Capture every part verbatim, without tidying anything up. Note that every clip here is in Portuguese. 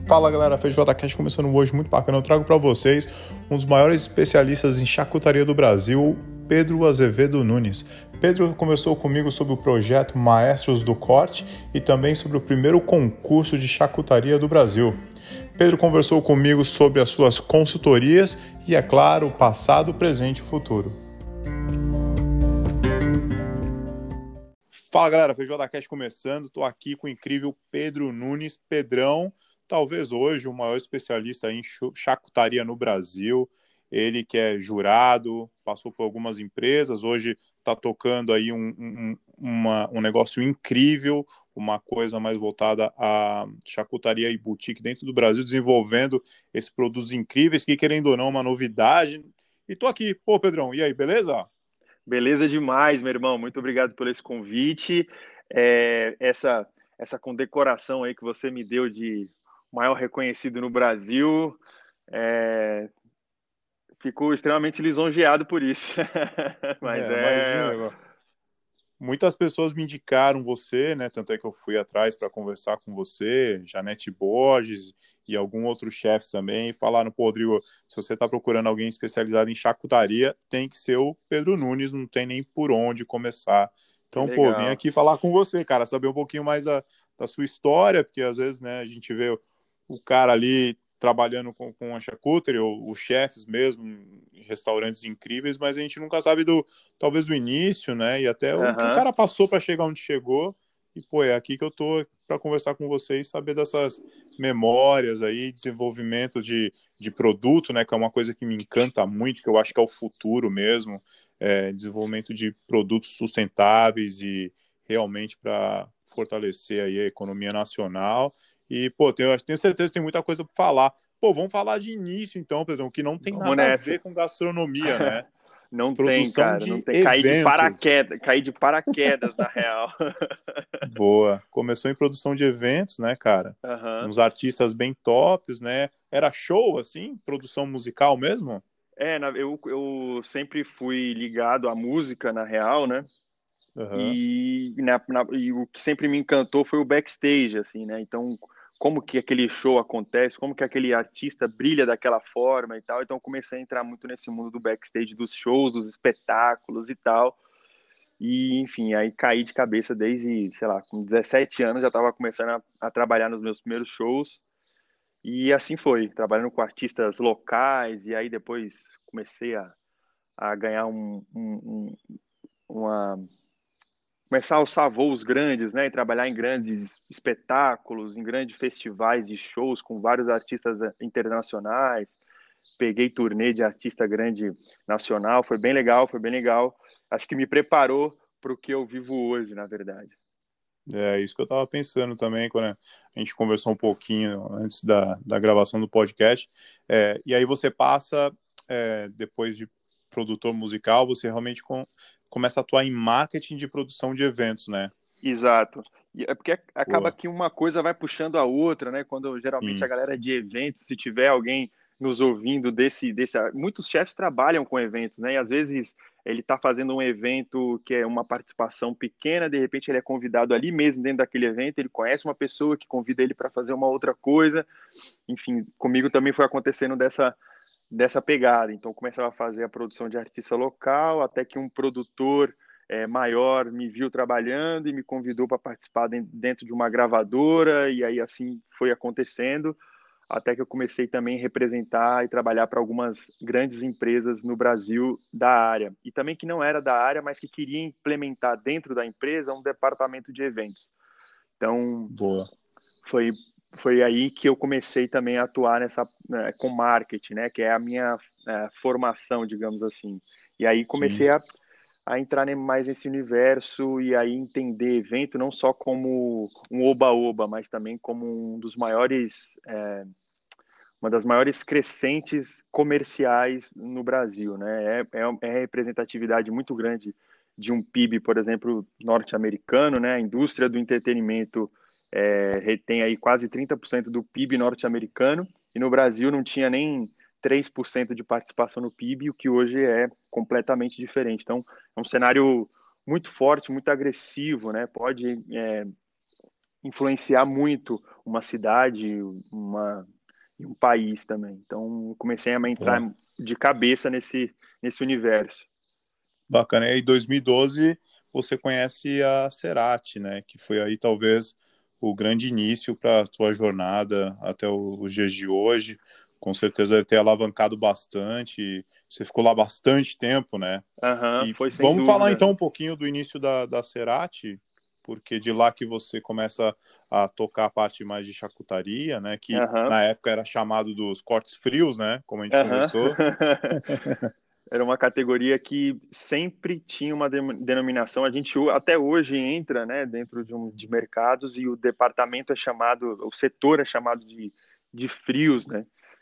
Fala galera, FeijoadaCast começando hoje, muito bacana. Eu trago para vocês um dos maiores especialistas em charcutaria do Brasil, Pedro Azevedo Nunes. Pedro conversou comigo sobre o projeto Maestros do Corte e também sobre o primeiro concurso de charcutaria do Brasil. Pedro conversou comigo sobre as suas consultorias e, é claro, o passado, o presente e o futuro. Fala galera, FeijoadaCast começando, estou aqui com o incrível Pedro Nunes. Pedrão, talvez hoje o maior especialista em charcutaria no Brasil. Ele que é jurado, passou por algumas empresas, hoje está tocando aí um, um, uma, um negócio incrível, uma coisa mais voltada a charcutaria e boutique dentro do Brasil, desenvolvendo esses produtos incríveis, que querendo ou não, é uma novidade. E tô aqui. Pô, Pedrão, e aí, beleza? Beleza demais, meu irmão. Muito obrigado por esse convite. É, essa, essa condecoração aí que você me deu de maior reconhecido no Brasil. É, fico extremamente lisonjeado por isso. Mas É, é. imagina, muitas pessoas me indicaram você, né? Tanto é que eu fui atrás para conversar com você, Janete Borges e algum outro chefe também, e falaram, pô, Rodrigo, se você está procurando alguém especializado em charcutaria, tem que ser o Pedro Nunes, não tem nem por onde começar. Que Então, pô, vim legal. aqui falar com você, cara, saber um pouquinho mais da, da sua história, porque às vezes, né, a gente vê o, o cara ali trabalhando com, com a charcuterie, ou os chefes mesmo, em restaurantes incríveis, mas a gente nunca sabe do, talvez do início, né, e até o que o Aham. cara passou para chegar onde chegou, e pô, é aqui que eu tô para conversar com vocês, saber dessas memórias aí, desenvolvimento de, de produto, né, que é uma coisa que me encanta muito, que eu acho que é o futuro mesmo, é, desenvolvimento de produtos sustentáveis e realmente para fortalecer aí a economia nacional. E, pô, tenho, tenho certeza que tem muita coisa para falar. Pô, vamos falar de início, então, Pedro, que não tem Vamos nada a nessa. ver com gastronomia, né? Não tem, Produção cara. Não de tem. Cair de eventos. paraquedas. Cair de paraquedas, na real. Boa. Começou em produção de eventos, né, cara? Aham. Uns artistas bem tops, né? Era show, assim? Produção musical mesmo? É, na- eu, eu sempre fui ligado à música, na real, né? Aham. E, na- na- e o que sempre me encantou foi o backstage, assim, né? Então, como que aquele show acontece, como que aquele artista brilha daquela forma e tal. Então, eu comecei a entrar muito nesse mundo do backstage, dos shows, dos espetáculos e tal. E, enfim, aí caí de cabeça desde, sei lá, com dezessete anos já estava começando a, a trabalhar nos meus primeiros shows. E assim foi, trabalhando com artistas locais. E aí depois comecei a, a ganhar um, um, um uma começar a alçar voos grandes, né, e trabalhar em grandes espetáculos, em grandes festivais de shows com vários artistas internacionais. Peguei turnê de artista grande nacional, foi bem legal, foi bem legal. Acho que me preparou para o que eu vivo hoje, na verdade. É isso que eu tava pensando também, quando a gente conversou um pouquinho antes da, da gravação do podcast. É, e aí você passa, é, depois de produtor musical, você realmente com, começa a atuar em marketing de produção de eventos, né? Exato. E é porque acaba Boa. que uma coisa vai puxando a outra, né? Quando geralmente a Sim. galera de eventos, se tiver alguém nos ouvindo desse, desse, muitos chefes trabalham com eventos, né? E às vezes ele está fazendo um evento que é uma participação pequena, de repente ele é convidado ali mesmo dentro daquele evento, ele conhece uma pessoa que convida ele para fazer uma outra coisa. Enfim, comigo também foi acontecendo dessa dessa pegada. Então, começava a fazer a produção de artista local, até que um produtor é, maior me viu trabalhando e me convidou para participar dentro de uma gravadora, e aí assim foi acontecendo, até que eu comecei também a representar e trabalhar para algumas grandes empresas no Brasil da área, e também que não era da área, mas que queria implementar dentro da empresa um departamento de eventos. Então, Boa. foi foi aí que eu comecei também a atuar nessa né, com marketing, né, que é a minha é, formação, digamos assim. E aí Sim. comecei a, a entrar mais nesse universo e aí entender evento não só como um oba-oba, mas também como um dos maiores é, uma das maiores crescentes comerciais no Brasil, né? É, é, é representatividade muito grande de um P I B, por exemplo, norte-americano, né? A indústria do entretenimento é, retém aí quase trinta por cento do P I B norte-americano e no Brasil não tinha nem três por cento de participação no P I B, o que hoje é completamente diferente. Então, é um cenário muito forte, muito agressivo, né? Pode é, influenciar muito uma cidade, uma, e um país também. Então, comecei a entrar Boa. de cabeça nesse, nesse universo. Bacana. E aí, em dois mil e doze, você conhece a Cerati, né? Que foi aí talvez o grande início para a sua jornada até o- os dias de hoje. Com certeza deve ter alavancado bastante. Você ficou lá bastante tempo, né? Aham, E foi sem vamos falar dúvida. então um pouquinho do início da, da Cerati, porque de lá que você começa a tocar a parte mais de charcutaria, né? Que Aham, na época era chamado dos cortes frios, né? Como a gente aham. conversou. Era uma categoria que sempre tinha uma de- denominação. A gente o- até hoje entra, né, dentro de, um, de mercados e o departamento é chamado, o setor é chamado de, de frios, né?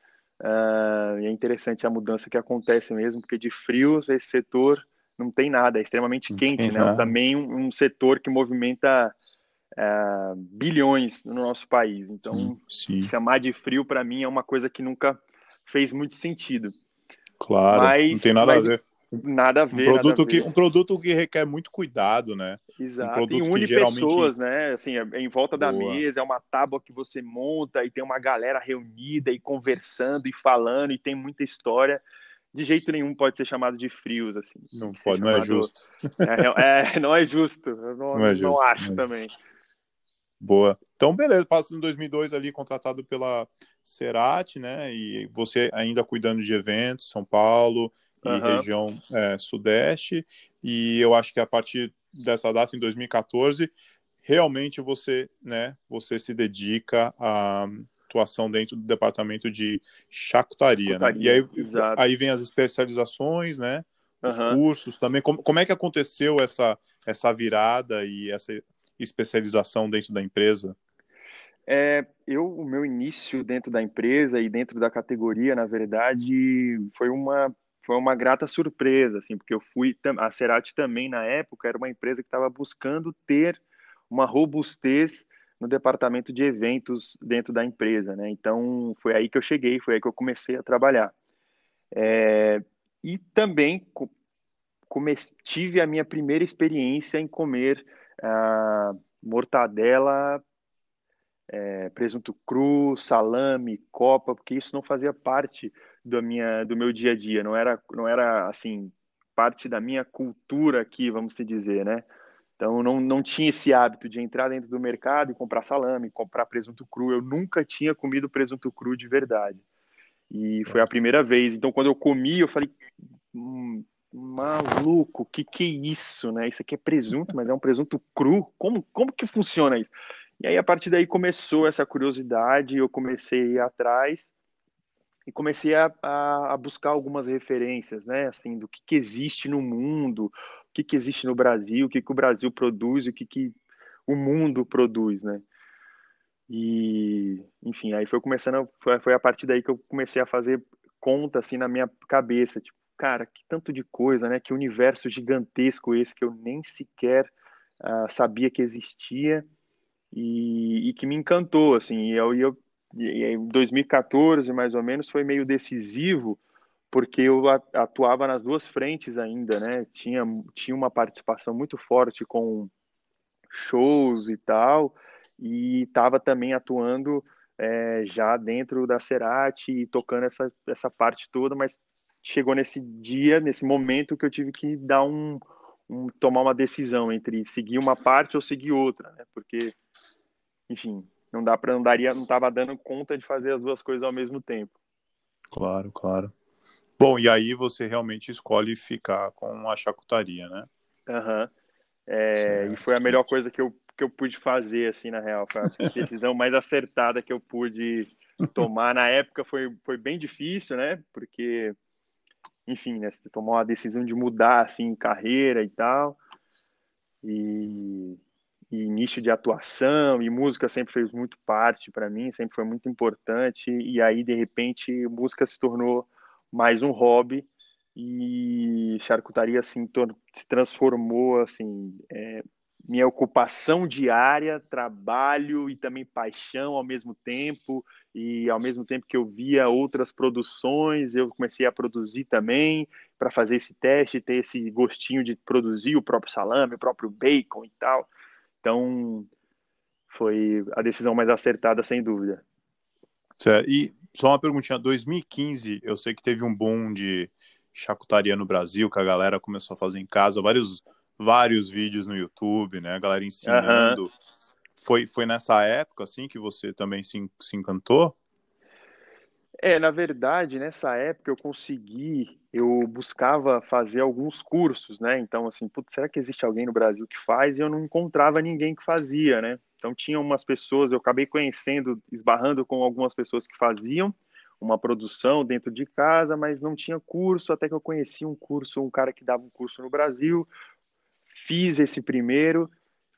Ah, e é interessante a mudança que acontece mesmo, porque de frios esse setor não tem nada, é extremamente Não tem quente, né? nada. Também um, um setor que movimenta ah, bilhões no nosso país. Sim, Então, sim. chamar de frio para mim é uma coisa que nunca fez muito sentido. Claro, não tem Mas, nada a mas ver. nada a Um ver, nada a produto que, ver. um produto que requer muito cuidado, né? Um Exato. E produto que une geralmente pessoas, né? Assim, é é em volta da boa. mesa, é uma tábua que você monta e tem uma galera reunida e conversando e falando e tem muita história. De jeito nenhum pode ser chamado de frios, assim. Tem Não que ser pode, não é chamado. justo. É, é, não é justo. Eu não, Não é não justo. acho Não é também. justo. Boa. Então, beleza, passa em dois mil e dois ali contratado pela Cerati, né? E você ainda cuidando de eventos, São Paulo e Aham. região é, Sudeste. E eu acho que a partir dessa data, em dois mil e quatorze, realmente você, né, você se dedica à atuação dentro do departamento de charcutaria, né? E Putaria, aí, exato. aí vem as especializações, né? Os Aham. cursos também. Como, como é que aconteceu essa, essa virada e essa especialização dentro da empresa? É, eu, o meu início dentro da empresa e dentro da categoria, na verdade, foi uma, foi uma grata surpresa, assim, porque eu fui, tam- a Cerati também, na época, era uma empresa que estava buscando ter uma robustez no departamento de eventos dentro da empresa, né? Então, foi aí que eu cheguei, foi aí que eu comecei a trabalhar. É, e também co- come, tive a minha primeira experiência em comer ah, mortadela, é, presunto cru, salame, copa, porque isso não fazia parte do, minha, do meu dia a dia, não era, não era assim, parte da minha cultura aqui, vamos se dizer, né? Então, não, não tinha esse hábito de entrar dentro do mercado e comprar salame, comprar presunto cru. Eu nunca tinha comido presunto cru de verdade. E foi a primeira vez. Então, quando eu comi, eu falei, hum, maluco, que que é isso, né? Isso aqui é presunto, mas é um presunto cru? Como, como que funciona isso? E aí, a partir daí, começou essa curiosidade, eu comecei a ir atrás e comecei a, a, a buscar algumas referências, né? Assim, do que, que existe no mundo, o que, que existe no Brasil, o que, que o Brasil produz, o que, que o mundo produz, né? E, enfim, aí foi começando, foi, foi a partir daí que eu comecei a fazer conta, assim, na minha cabeça, tipo, cara, que tanto de coisa, né? Que universo gigantesco esse que eu nem sequer ah, sabia que existia e, e que me encantou, assim. E eu, e eu e em dois mil e quatorze, mais ou menos, foi meio decisivo, porque eu a- atuava nas duas frentes ainda, né? Tinha, tinha uma participação muito forte com shows e tal, e estava também atuando é, já dentro da Cerati e tocando essa, essa parte toda, mas chegou nesse dia, nesse momento que eu tive que dar um, um tomar uma decisão entre seguir uma parte ou seguir outra, né? Porque enfim, não dá para não daria, não estava dando conta de fazer as duas coisas ao mesmo tempo. Claro, claro. Bom, e aí você realmente escolhe ficar com a charcutaria, né? Uhum. É, e Certo, foi a melhor certo. coisa que eu, que eu pude fazer, assim, na real. Foi a decisão mais acertada que eu pude tomar. Na época foi, foi bem difícil, né? Porque, enfim, né? Você tomou a decisão de mudar, assim, carreira e tal. E, e nicho de atuação e música sempre fez muito parte para mim, sempre foi muito importante. E aí, de repente, música se tornou mais um hobby e charcutaria assim tor- se transformou assim é, minha ocupação diária, trabalho e também paixão ao mesmo tempo. E ao mesmo tempo que eu via outras produções, eu comecei a produzir também para fazer esse teste, ter esse gostinho de produzir o próprio salame, o próprio bacon e tal. Então, foi a decisão mais acertada, sem dúvida. Certo. E só uma perguntinha, dois mil e quinze, eu sei que teve um boom de charcutaria no Brasil, que a galera começou a fazer em casa, vários, vários vídeos no YouTube, né, a galera Aham. ensinando. Foi, foi nessa época, assim, que você também se, se encantou? É, na verdade, nessa época eu consegui, eu buscava fazer alguns cursos, né? Então, assim, putz, será que existe alguém no Brasil que faz? E eu não encontrava ninguém que fazia, né? Então, tinha umas pessoas, eu acabei conhecendo, esbarrando com algumas pessoas que faziam uma produção dentro de casa, mas não tinha curso, até que eu conheci um curso, um cara que dava um curso no Brasil, fiz esse primeiro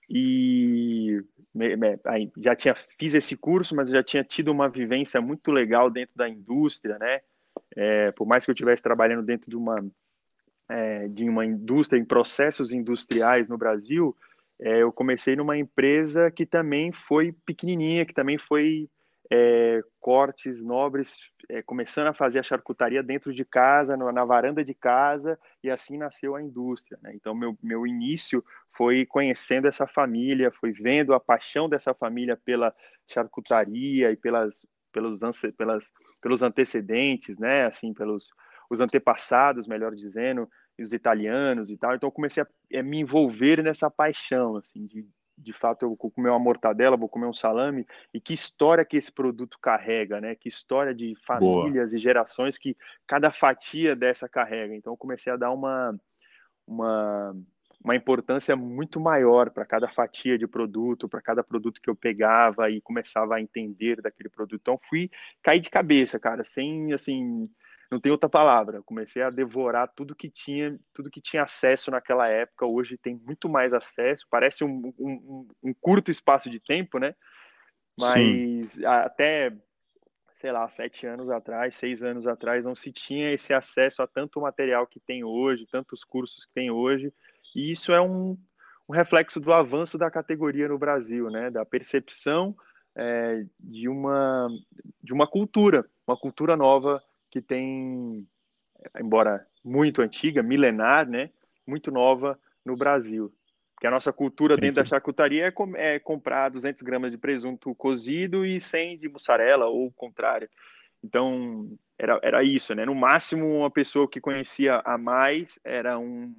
e me- me- aí já tinha fiz esse curso, mas eu já tinha tido uma vivência muito legal dentro da indústria, né? É, por mais que eu estivesse trabalhando dentro de uma é, de uma indústria em processos industriais no Brasil, é, eu comecei numa empresa que também foi pequenininha, que também foi é, cortes nobres, é, começando a fazer a charcutaria dentro de casa, no, na varanda de casa, e assim nasceu a indústria, né? Então, meu, meu início foi conhecendo essa família, foi vendo a paixão dessa família pela charcutaria e pelas, pelos, pelas, pelos antecedentes, né? Assim, pelos os antepassados, melhor dizendo, e os italianos e tal. Então, eu comecei a, a me envolver nessa paixão, assim, de de fato, eu vou comer uma mortadela, vou comer um salame, e que história que esse produto carrega, né? Que história de Boa. famílias e gerações que cada fatia dessa carrega. Então, eu comecei a dar uma, uma, uma importância muito maior para cada fatia de produto, para cada produto que eu pegava e começava a entender daquele produto. Então, fui cair de cabeça, cara, sem, assim, não tem outra palavra. Comecei a devorar tudo que tinha, tudo que tinha acesso naquela época. Hoje tem muito mais acesso. Parece um, um, um curto espaço de tempo, né? Sim, Mas até, sei lá, sete anos atrás, seis anos atrás, não se tinha esse acesso a tanto material que tem hoje, tantos cursos que tem hoje. E isso é um, um reflexo do avanço da categoria no Brasil, né? Da percepção é, de uma de uma cultura, uma cultura nova que tem, embora muito antiga, milenar, né, muito nova no Brasil. Porque a nossa cultura tem dentro da que. charcutaria é, com, é comprar duzentas gramas de presunto cozido e cem de mussarela, ou o contrário. Então, era, era isso, né? No máximo, uma pessoa que conhecia a mais era um...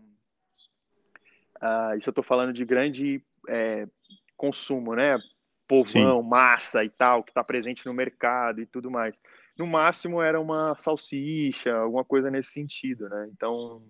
Uh, isso eu estou falando de grande é, consumo, né? Sim, Povão, massa e tal, que está presente no mercado e tudo mais. No máximo era uma salsicha, alguma coisa nesse sentido, né? Então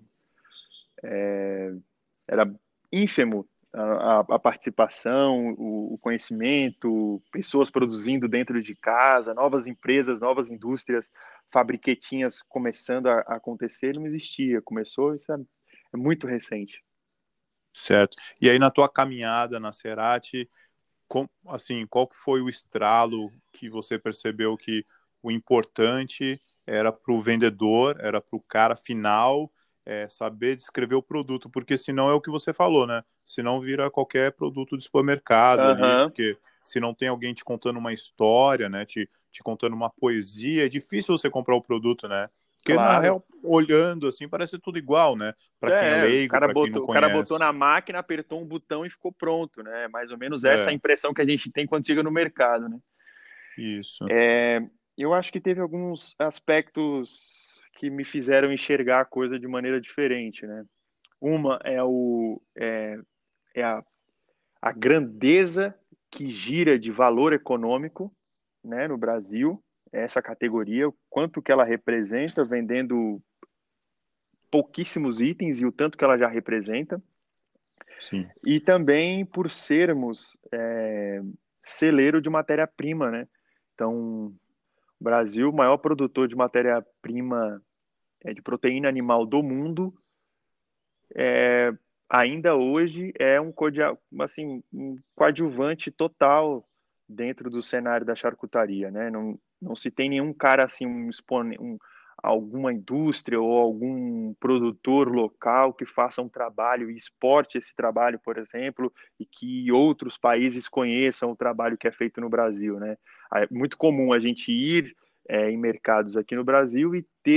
era ínfimo a, a participação, o, o conhecimento, pessoas produzindo dentro de casa, novas empresas, novas indústrias, fabriquetinhas começando a, a acontecer, não existia. Começou, isso é, é muito recente. certo. E aí, na tua caminhada na Cerati, com, assim, qual que foi o estralo que você percebeu que o importante era para o vendedor, era para o cara final é, saber descrever o produto, porque senão é o que você falou, né? Senão vira qualquer produto de supermercado ali, Aham, porque se não tem alguém te contando uma história, né? Te, te contando uma poesia, é difícil você comprar o produto, né? Porque na claro. real, olhando assim, parece tudo igual, né? Para quem é É, o leigo, cara para quem não botou, o cara botou conhece. na máquina, apertou um botão e ficou pronto, né? Mais ou menos essa é a É, impressão que a gente tem quando chega no mercado, né? isso. É, eu acho que teve alguns aspectos que me fizeram enxergar a coisa de maneira diferente, né? Uma é, o, é, é a, a grandeza que gira de valor econômico, né, no Brasil, essa categoria, o quanto que ela representa, vendendo pouquíssimos itens e o tanto que ela já representa. Sim. E também por sermos é, celeiro de matéria-prima, né? Então, o Brasil, o maior produtor de matéria-prima é, de proteína animal do mundo, é, ainda hoje é um, assim, um coadjuvante total dentro do cenário da charcutaria, né? Não, não se tem nenhum cara assim, um, um, alguma indústria ou algum produtor local que faça um trabalho e exporte esse trabalho, por exemplo, e que outros países conheçam o trabalho que é feito no Brasil, né? É muito comum a gente ir é, em mercados aqui no Brasil e ter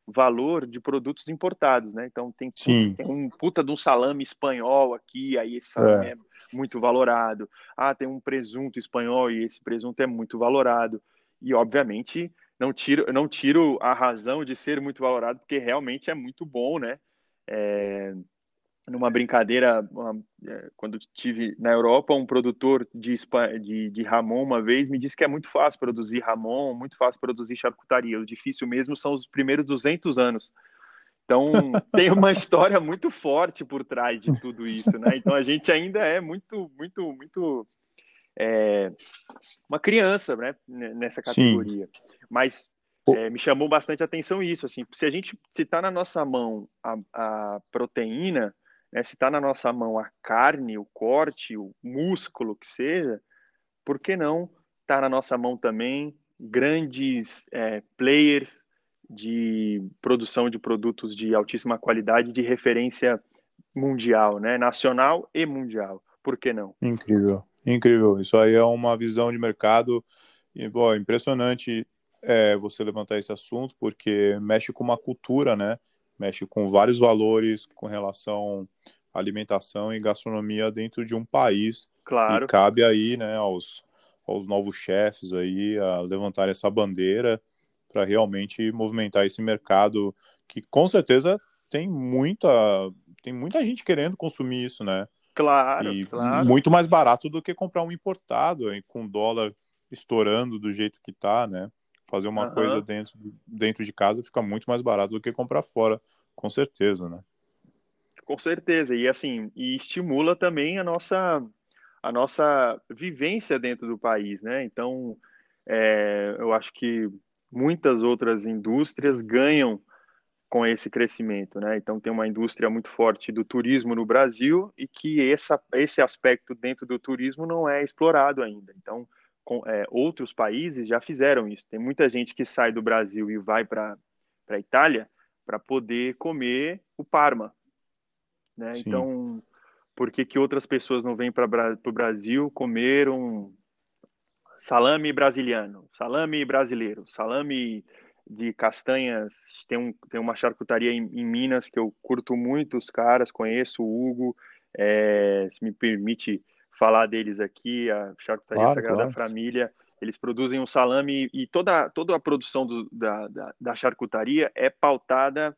valor de produtos importados, né? Então tem, Sim, tem um puta de um salame espanhol aqui, aí esse salame é, é muito valorado. Ah, tem um presunto espanhol e esse presunto é muito valorado. E obviamente não tiro, não tiro a razão de ser muito valorado, porque realmente é muito bom, né? É, numa brincadeira, uma, é, quando tive na Europa, um produtor de, de, de Ramon uma vez me disse que é muito fácil produzir Ramon, muito fácil produzir charcutaria. O difícil mesmo são os primeiros duzentos anos. Então, tem uma história muito forte por trás de tudo isso, né? Então, a gente ainda é muito, muito, muito é, uma criança, né? Nessa sim. categoria. Mas Pô, é, me chamou bastante atenção isso, assim, se a gente, se está na nossa mão a, a proteína, né, se está na nossa mão a carne, o corte, o músculo, que seja, por que não estar tá na nossa mão também grandes é, players de produção de produtos de altíssima qualidade, de referência mundial, né, nacional e mundial? Por que não? incrível, incrível. Isso aí é uma visão de mercado e, bom, impressionante é, você levantar esse assunto, porque mexe com uma cultura, né? Mexe com vários valores com relação à alimentação e gastronomia dentro de um país. E Claro, cabe aí, né, aos, aos novos chefes aí a levantar essa bandeira para realmente movimentar esse mercado que com certeza tem muita, tem muita gente querendo consumir isso, né? claro, E claro. muito mais barato do que comprar um importado, hein, com o dólar estourando do jeito que tá, né? Fazer uma coisa Aham. dentro, dentro de casa fica muito mais barato do que comprar fora, com certeza, né? Com certeza. E assim, e estimula também a nossa a nossa vivência dentro do país, né? Então, é, eu acho que muitas outras indústrias ganham com esse crescimento, né? Então, tem uma indústria muito forte do turismo no Brasil e que essa, esse aspecto dentro do turismo não é explorado ainda. Então, com, é, outros países já fizeram isso. Tem muita gente que sai do Brasil e vai para para a Itália para poder comer o Parma, né? Sim, Então, por que que outras pessoas não vêm para o Brasil comer um salame brasiliano, salame brasileiro, salame de castanhas? Tem, um, tem uma charcutaria em, em Minas que eu curto muito os caras, conheço o Hugo, é, se me permite falar deles aqui, a Charcutaria claro, Sagrada claro. Família. Eles produzem um salame e toda, toda a produção do, da, da, da charcutaria é pautada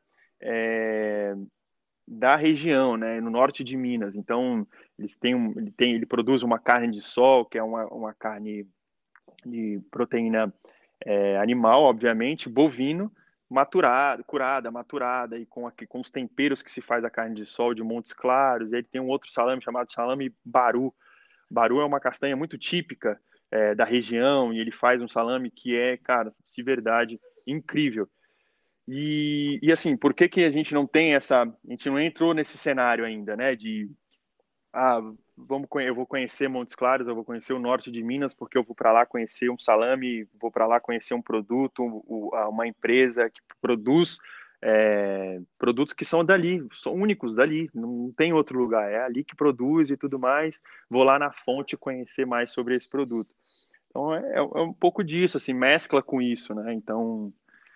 é, da região, né, no norte de Minas. Então, eles têm um, ele, tem, ele produz uma carne de sol, que é uma, uma carne de proteína é, animal, obviamente, bovino, maturada, curada, maturada, e com, aqui, com os temperos que se faz a carne de sol de Montes Claros. E ele tem um outro salame chamado salame baru. Baru é uma castanha muito típica é, da região, e ele faz um salame que é, cara, de verdade, incrível. E, e assim, por que que a gente não tem essa, a gente não entrou nesse cenário ainda, né, de, ah, vamos, eu vou conhecer Montes Claros, eu vou conhecer o norte de Minas, porque eu vou para lá conhecer um salame, vou para lá conhecer um produto, uma empresa que produz é, produtos que são dali, são únicos dali, não tem outro lugar, é ali que produz e tudo mais, vou lá na fonte conhecer mais sobre esse produto. Então é, é um pouco disso, assim, mescla com isso, né? Então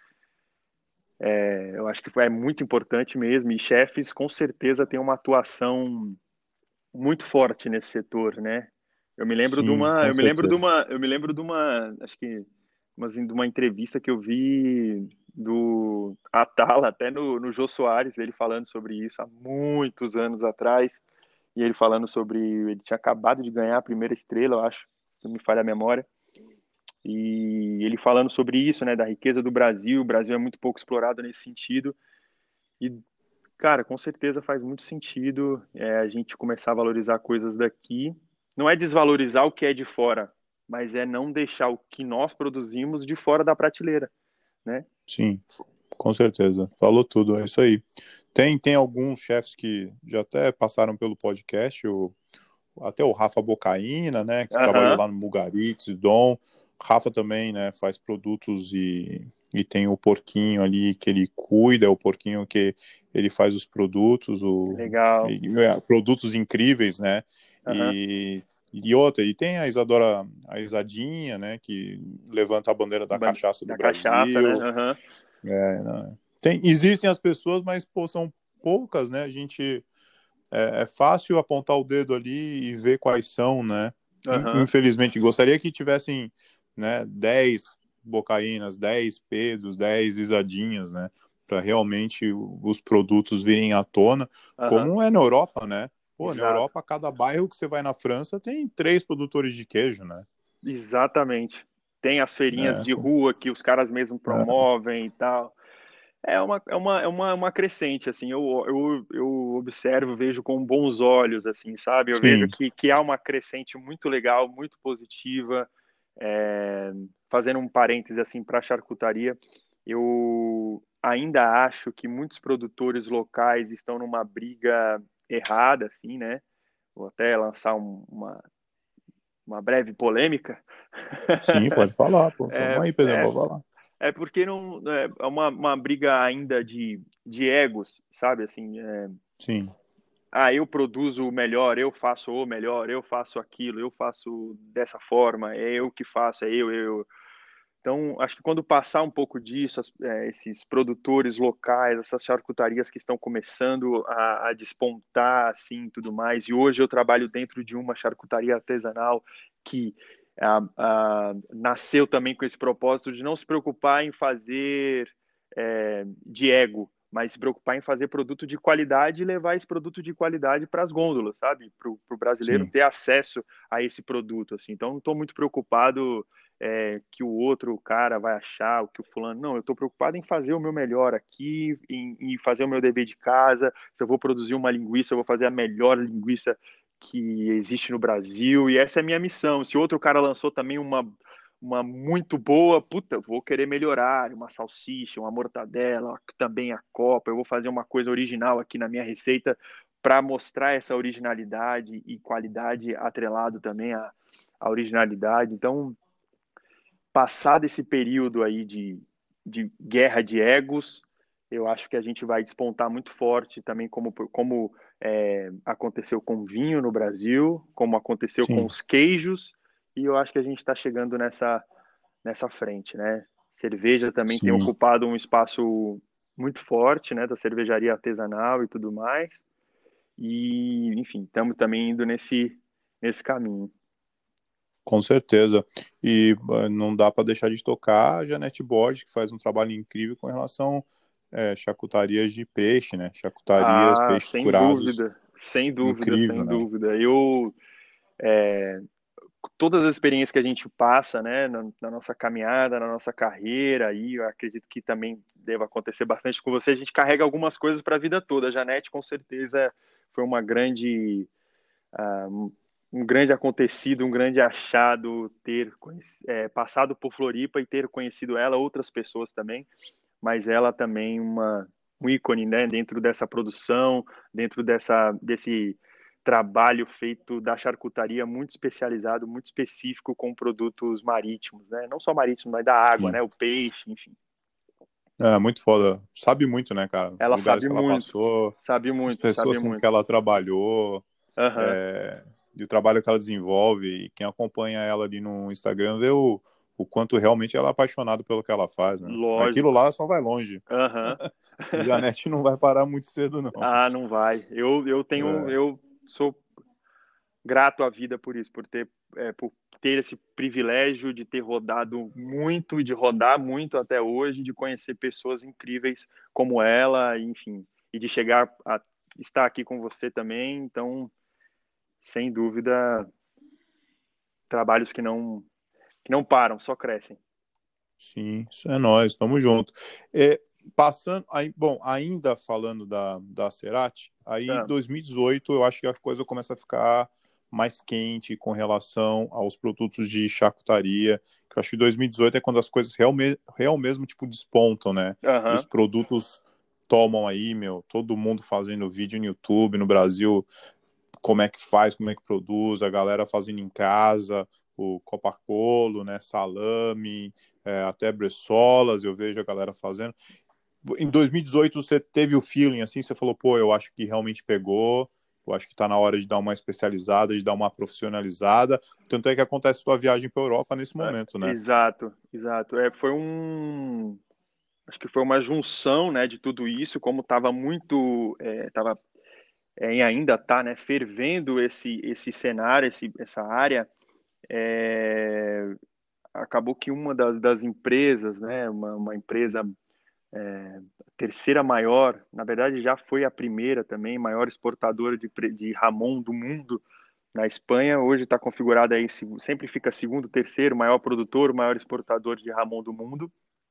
eu acho que é muito importante mesmo, e chefes com certeza têm uma atuação muito forte nesse setor, né? Eu me lembro de Sim, uma, com eu me lembro de certeza. uma, eu me lembro de uma, acho que uma, assim, de uma entrevista que eu vi do Atala, até no, no Jô Soares, ele falando sobre isso há muitos anos atrás, e ele falando sobre, ele tinha acabado de ganhar a primeira estrela, eu acho, se não me falha a memória, e ele falando sobre isso, né, da riqueza do Brasil, o Brasil é muito pouco explorado nesse sentido, e cara, com certeza faz muito sentido é, a gente começar a valorizar coisas daqui. Não é desvalorizar o que é de fora, mas é não deixar o que nós produzimos de fora da prateleira, né? Sim, com certeza. Falou tudo, é isso aí. Tem, tem alguns chefes que já até passaram pelo podcast, o, até o Rafa Bocaina, né, que trabalhou Aham, lá no Mugaritz, Dom. Rafa também, né, faz produtos e, e tem o porquinho ali que ele cuida, é o porquinho que ele faz os produtos, o, legal. e, é, produtos incríveis, né, Aham, e, e outra, e tem a Isadora, a Isadinha, né, que levanta a bandeira da ban- cachaça do da cachaça, né? Brasil, Aham. é, né? Tem, existem as pessoas, mas pô, são poucas, né? A gente é, é fácil apontar o dedo ali e ver quais são, né? Aham. Infelizmente, gostaria que tivessem, né, dez bocaínas, dez pesos, dez isadinhas, né? Para realmente os produtos virem à tona, Aham. como é na Europa, né? Pô, na Exato. Europa, cada bairro que você vai na França tem três produtores de queijo, né? Exatamente. Tem as feirinhas É, de rua que os caras mesmo é, promovem e tal. É uma, é uma, é uma, uma crescente, assim, eu, eu, eu observo, vejo com bons olhos, assim, sabe? Eu vejo sim, que, que há uma crescente muito legal, muito positiva. É, fazendo um parêntese, assim, para a charcutaria, eu ainda acho que muitos produtores locais estão numa briga errada, assim, né? Vou até lançar um, uma, uma breve polêmica. sim, pode falar, pô. É, Vamos aí, Pedro, é pode falar. é porque não é é uma, uma briga ainda de, de egos, sabe? Assim, é, Sim, ah, eu produzo o melhor, eu faço o melhor, eu faço aquilo, eu faço dessa forma, é eu que faço, é eu, eu. Então, acho que quando passar um pouco disso, as- é, esses produtores locais, essas charcutarias que estão começando a, a despontar, assim, tudo mais. E hoje eu trabalho dentro de uma charcutaria artesanal que ah, ah, nasceu também com esse propósito de não se preocupar em fazer é, de ego, mas se preocupar em fazer produto de qualidade e levar esse produto de qualidade para as gôndolas, sabe? Para o brasileiro sim, ter acesso a esse produto, assim. Então, não estou muito preocupado é, que o outro cara vai achar, o que o fulano. Não, eu estou preocupado em fazer o meu melhor aqui, em, em fazer o meu dever de casa. Se eu vou produzir uma linguiça, eu vou fazer a melhor linguiça que existe no Brasil, e essa é a minha missão. Se outro cara lançou também uma, uma muito boa, puta, eu vou querer melhorar, uma salsicha, uma mortadela, também a copa, eu vou fazer uma coisa original aqui na minha receita para mostrar essa originalidade e qualidade atrelado também à, à originalidade. Então, passado esse período aí de, de guerra de egos, eu acho que a gente vai despontar muito forte também, como, como é, aconteceu com o vinho no Brasil, como aconteceu com sim, os queijos, e eu acho que a gente está chegando nessa, nessa frente, né? Cerveja também tem sim. ocupado um espaço muito forte, né, da cervejaria artesanal e tudo mais, e, enfim, estamos também indo nesse, nesse caminho. Com certeza. E eh, não dá para deixar de tocar a Janete Borges, que faz um trabalho incrível com relação é, charcutarias de peixe, né? Charcutarias, Ah, peixes sem curados. dúvida, sem dúvida, Incrível, sem né? dúvida. Eu, é, todas as experiências que a gente passa, né, na, na nossa caminhada, na nossa carreira, aí eu acredito que também deva acontecer bastante com você. A gente carrega algumas coisas para a vida toda. A Janete, com certeza, foi uma grande, ah, um um grande acontecido, um grande achado ter conhec- é, passado por Floripa e ter conhecido ela, outras pessoas também, mas ela também uma um ícone, né, dentro dessa produção, dentro dessa desse trabalho feito da charcutaria muito especializado, muito específico com produtos marítimos, né? Não só marítimos, mas da água, Sim. né? O peixe, enfim. É muito foda. Sabe muito, né, cara? Os Ela lugares sabe que ela muito, passou, sabe as muito, sabe pessoas com que muito. ela trabalhou, Aham, é, e o trabalho que ela desenvolve. E quem acompanha ela ali no Instagram vê o, o quanto realmente ela é apaixonada pelo que ela faz, né? Aquilo lógico. lá só vai longe. Aham. Janete não vai parar muito cedo, não. Ah, não vai. Eu, eu tenho, É, eu sou grato à vida por isso, por ter, é, por ter esse privilégio de ter rodado muito e de rodar muito até hoje, de conhecer pessoas incríveis como ela, enfim, e de chegar a estar aqui com você também. Então, sem dúvida, trabalhos que não que não param, só crescem. sim, isso é nós, tamo junto. É, passando, aí, bom, ainda falando da, da Cerati, aí Ah, dois mil e dezoito eu acho que a coisa começa a ficar mais quente com relação aos produtos de charcutaria, que eu acho que dois mil e dezoito é quando as coisas real, real mesmo, tipo, despontam, né? E os aham, produtos tomam aí, meu, todo mundo fazendo vídeo no YouTube, no Brasil, como é que faz, como é que produz, a galera fazendo em casa, o coparcolo, né, salame, é, até bressolas, eu vejo a galera fazendo. Em dois mil e dezoito você teve o feeling assim, você falou, pô, eu acho que realmente pegou, eu acho que tá na hora de dar uma especializada, de dar uma profissionalizada, tanto é que acontece tua viagem para Europa nesse é, momento, né? exato, exato. É, foi um acho que foi uma junção, né, de tudo isso, como estava muito, estava é, e ainda está, né, fervendo esse esse cenário, esse, essa área. é, Acabou que uma das, das empresas, né, uma, uma empresa é, terceira maior, na verdade já foi a primeira também, maior exportadora de, de Ramon do mundo na Espanha, hoje está configurada aí, sempre fica segundo, terceiro, maior produtor, maior exportador de Ramon do mundo.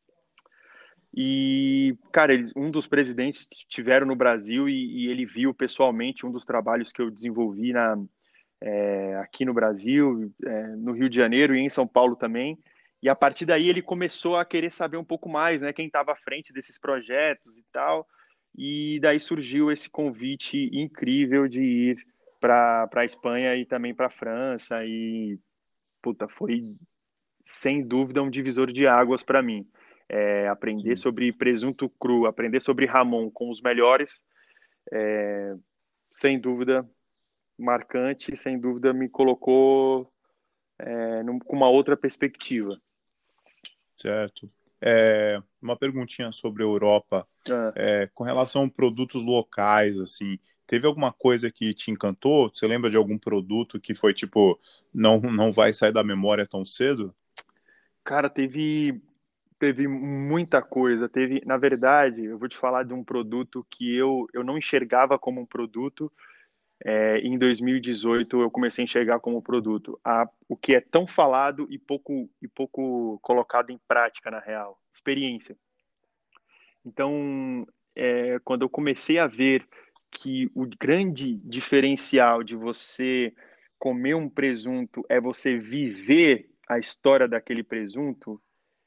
E, cara, eles, um dos presidentes tiveram no Brasil e, e ele viu pessoalmente um dos trabalhos que eu desenvolvi na, é, aqui no Brasil, é, no Rio de Janeiro e em São Paulo também. E a partir daí ele começou a querer saber um pouco mais, né, quem estava à frente desses projetos e tal. E daí surgiu esse convite incrível de ir para a Espanha e também para a França. E, puta, foi sem dúvida um divisor de águas para mim. É, aprender Sim. sobre presunto cru, aprender sobre Ramon com os melhores, é, sem dúvida marcante, sem dúvida me colocou é, num, com uma outra perspectiva. Certo. É, uma perguntinha sobre a Europa. Ah, É, com relação a produtos locais, assim, teve alguma coisa que te encantou? Você lembra de algum produto que foi tipo, não, não vai sair da memória tão cedo? cara, teve teve muita coisa. Teve, na verdade, eu vou te falar de um produto que eu, eu não enxergava como um produto. É, em dois mil e dezoito eu comecei a enxergar como produto. A, o que é tão falado e pouco e pouco colocado em prática na real, experiência. Então, é, quando eu comecei a ver que o grande diferencial de você comer um presunto é você viver a história daquele presunto,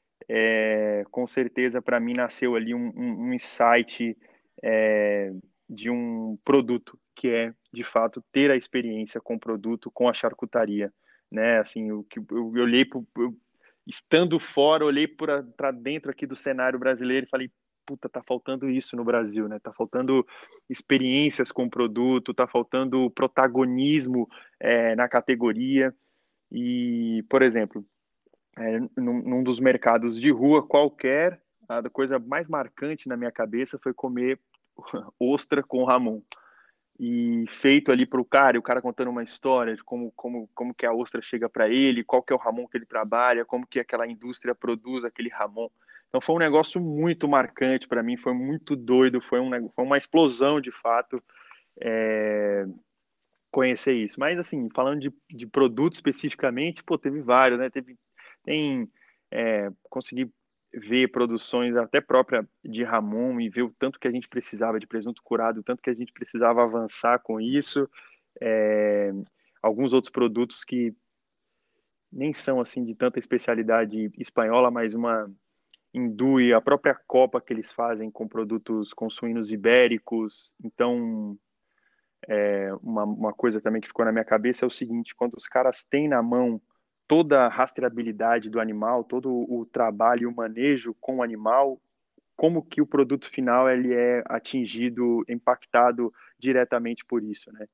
é, com certeza para mim nasceu ali um, um, um insight é, de um produto que é de fato ter a experiência com o produto, com a charcutaria, né? Assim, o que eu, eu olhei pro, eu, estando fora, olhei para dentro aqui do cenário brasileiro e falei, puta, tá faltando isso no Brasil, né? Tá faltando experiências com o produto, tá faltando protagonismo é, na categoria. E, por exemplo, é, num, num dos mercados de rua qualquer, a coisa mais marcante na minha cabeça foi comer ostra com Ramon. E feito ali para o cara, e o cara contando uma história de como, como, como que a ostra chega para ele, qual que é o Ramon que ele trabalha, como que aquela indústria produz aquele Ramon. Então foi um negócio muito marcante para mim, foi muito doido, foi, um, foi uma explosão de fato é, conhecer isso. Mas assim, falando de, de produto especificamente, pô, teve vários, né? Teve, tem, é, consegui ver produções até própria de Ramon e ver o tanto que a gente precisava de presunto curado, o tanto que a gente precisava avançar com isso. É, alguns outros produtos que nem são assim de tanta especialidade espanhola, mas uma indui a própria copa que eles fazem com produtos com suínos ibéricos. Então, é, uma, uma coisa também que ficou na minha cabeça é o seguinte: quando os caras têm na mão toda a rastreabilidade do animal, todo o trabalho e o manejo com o animal, como que o produto final ele é atingido, impactado diretamente por isso, né?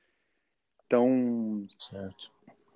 Então, Certo.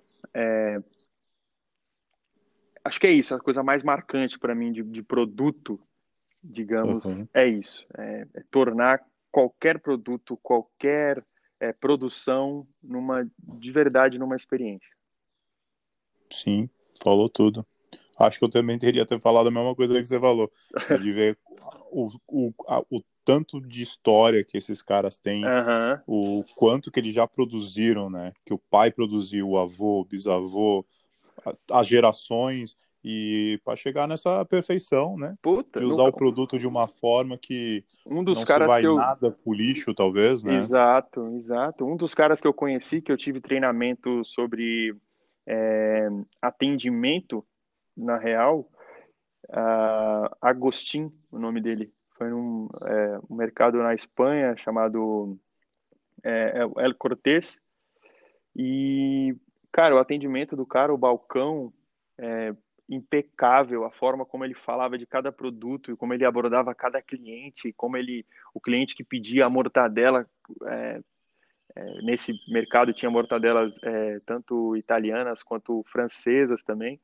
acho que é isso, a coisa mais marcante para mim de, de produto, digamos, Uhum. é isso, é, é tornar qualquer produto, qualquer é, produção numa de verdade numa experiência. Sim, falou tudo. Acho que eu também teria ter falado a mesma coisa que você falou. É de ver o, o, a- o tanto de história que esses caras têm, Aham. o quanto que eles já produziram, né? Que o pai produziu, o avô, o bisavô, a- as gerações, e para chegar nessa perfeição, né? Puta, De usar nunca. o produto de uma forma que Um dos não se caras que vai eu. nada pro lixo, talvez, né? Exato, exato. Um dos caras que eu conheci, que eu tive treinamento sobre é, atendimento, na real, uh, Agostinho, o nome dele. Foi um, é, um mercado na Espanha chamado é, é El Cortés. E, cara, o atendimento do cara, o balcão, é impecável, a forma como ele falava de cada produto e como ele abordava cada cliente, como ele, o cliente que pedia a mortadela, é, é, nesse mercado tinha mortadelas é, tanto italianas quanto francesas também.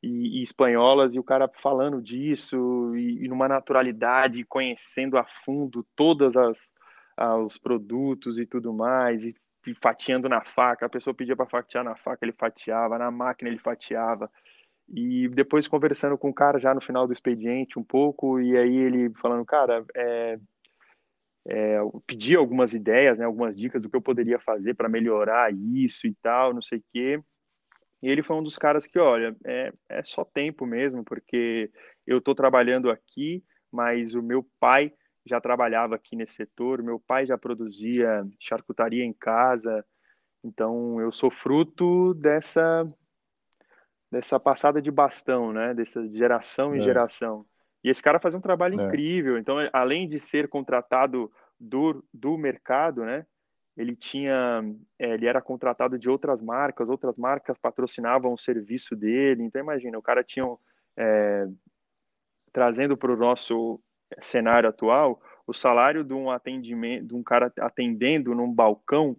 e, e espanholas, e o cara falando disso, e, e numa naturalidade, conhecendo a fundo todas as ah, os produtos e tudo mais, e, e fatiando na faca. A pessoa pedia para fatiar na faca, ele fatiava, na máquina ele fatiava. E depois conversando com o cara já no final do expediente um pouco, e aí ele falando, cara, é, é, eu pedi algumas ideias, né, algumas dicas do que eu poderia fazer para melhorar isso e tal, não sei o quê. E ele foi um dos caras que, olha, é, é só tempo mesmo, porque eu estou trabalhando aqui, mas o meu pai já trabalhava aqui nesse setor, o meu pai já produzia charcutaria em casa, então eu sou fruto dessa dessa passada de bastão, né? Dessa geração em É, geração. E esse cara faz um trabalho é. incrível. Então, além de ser contratado do, do mercado, né? Ele tinha, é, ele era contratado de outras marcas, outras marcas patrocinavam o serviço dele. Então, imagina, o cara tinha, é, trazendo para o nosso cenário atual, o salário de um atendimento, de um cara atendendo num balcão,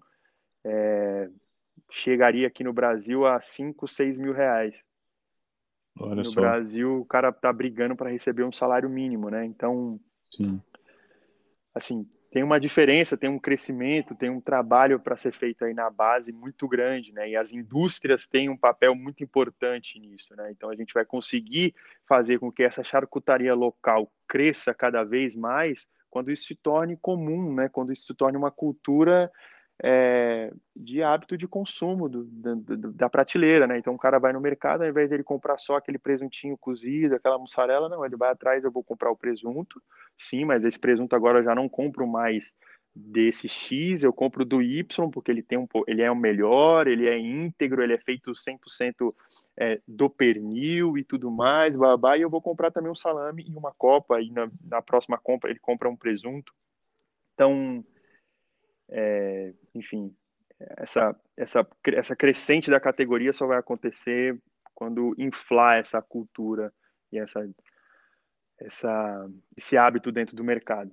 chegaria aqui no Brasil a cinco, seis mil reais. E Olha no só. Brasil, o cara tá brigando para receber um salário mínimo, né? Então, Sim. assim, tem uma diferença, tem um crescimento, tem um trabalho para ser feito aí na base muito grande, né? E as indústrias têm um papel muito importante nisso, né? Então, a gente vai conseguir fazer com que essa charcutaria local cresça cada vez mais quando isso se torne comum, né? Quando isso se torne uma cultura é, de hábito de consumo do, da, da prateleira, né? Então o cara vai no mercado, ao invés dele comprar só aquele presuntinho cozido, aquela mussarela, não, ele vai atrás, eu vou comprar o presunto, sim, mas esse presunto agora eu já não compro mais desse X, eu compro do Y, porque ele tem um, ele é o melhor, ele é íntegro, ele é feito cem por cento é, do pernil e tudo mais, babá, e eu vou comprar também um salame e uma copa, e na, na próxima compra ele compra um presunto. Então, é, enfim, essa, essa, essa crescente da categoria só vai acontecer quando inflar essa cultura e essa, essa, esse hábito dentro do mercado.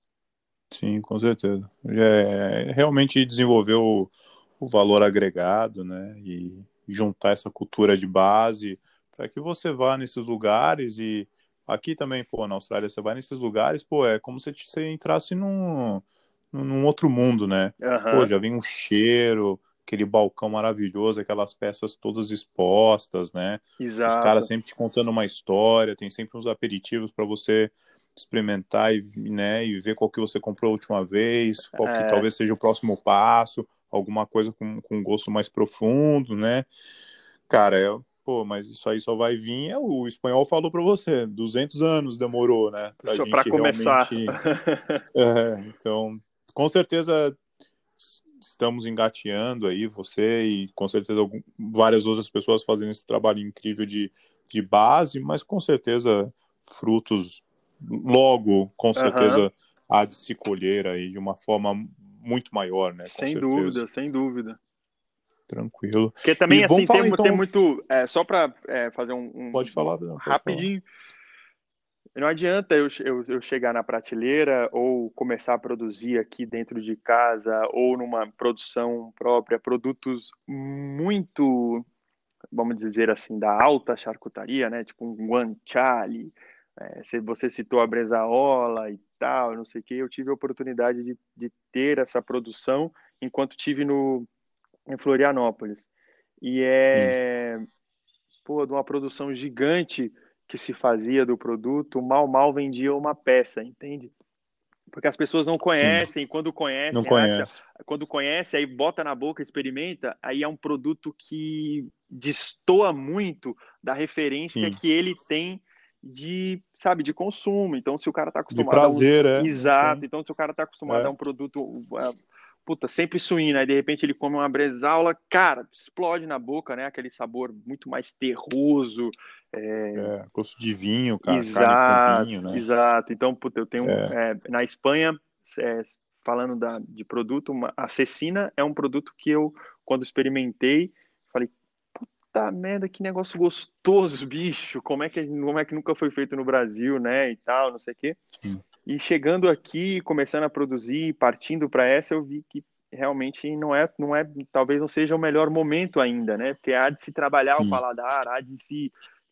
Sim, com certeza. É, realmente desenvolver o, o valor agregado, né? E juntar essa cultura de base para que você vá nesses lugares e aqui também, pô, na Austrália, você vai nesses lugares, pô, é como se você entrasse num, num outro mundo, né? Pô, Aham, já vem um cheiro, aquele balcão maravilhoso, aquelas peças todas expostas, né? Os caras exato. sempre te contando uma história, tem sempre uns aperitivos para você experimentar e, né, e ver qual que você comprou a última vez, qual que É, talvez seja o próximo passo, alguma coisa com, com um gosto mais profundo, né? Cara, é, pô, mas isso aí só vai vir, é, o espanhol falou para você, duzentos anos demorou, né, pra só para gente começar. realmente, é, então, com certeza estamos engateando aí, você e com certeza algum, várias outras pessoas fazendo esse trabalho incrível de, de base, mas com certeza frutos logo, com Aham, certeza há de se colher aí de uma forma muito maior, né? Com sem certeza. dúvida, sem dúvida. Tranquilo. Porque E também, assim, vamos tem, falar tem então, muito. É, só para é, fazer um, pode um- falar, não, pode falar. rapidinho. Não adianta eu, eu, eu chegar na prateleira ou começar a produzir aqui dentro de casa ou numa produção própria, produtos muito, vamos dizer assim, da alta charcutaria, né? Tipo um guanciale, é, se você citou a bresaola e tal, não sei o que, eu tive a oportunidade de, de ter essa produção enquanto tive no, em Florianópolis. E Sim, é, pô, de uma produção gigante que se fazia do produto, mal, mal vendia uma peça, entende? Porque as pessoas não sim, conhecem, quando não conhecem, acha, conhece. quando conhece, aí bota na boca, experimenta, aí é um produto que destoa muito da referência Sim, que ele tem de, sabe, de consumo. Então, se o cara está de acostumado a um prazer, é, não exato, tem, então se o cara está acostumado a é, um produto uh, puta, sempre suína, aí de repente ele come uma bresaola, cara, explode na boca, né? Aquele sabor muito mais terroso, é, é, gosto de vinho, cara, carne com vinho, exato, né? exato. Então, puta, eu tenho É, é, na Espanha, é, falando da, de produto, uma, a cecina é um produto que eu, quando experimentei, falei, puta merda, que negócio gostoso, bicho. Como é que, como é que nunca foi feito no Brasil, né? E tal, não sei o quê. sim, E chegando aqui, começando a produzir, partindo para essa, eu vi que realmente não é, não é, talvez não seja o melhor momento ainda, né? Porque há de se trabalhar o sim, paladar, há de se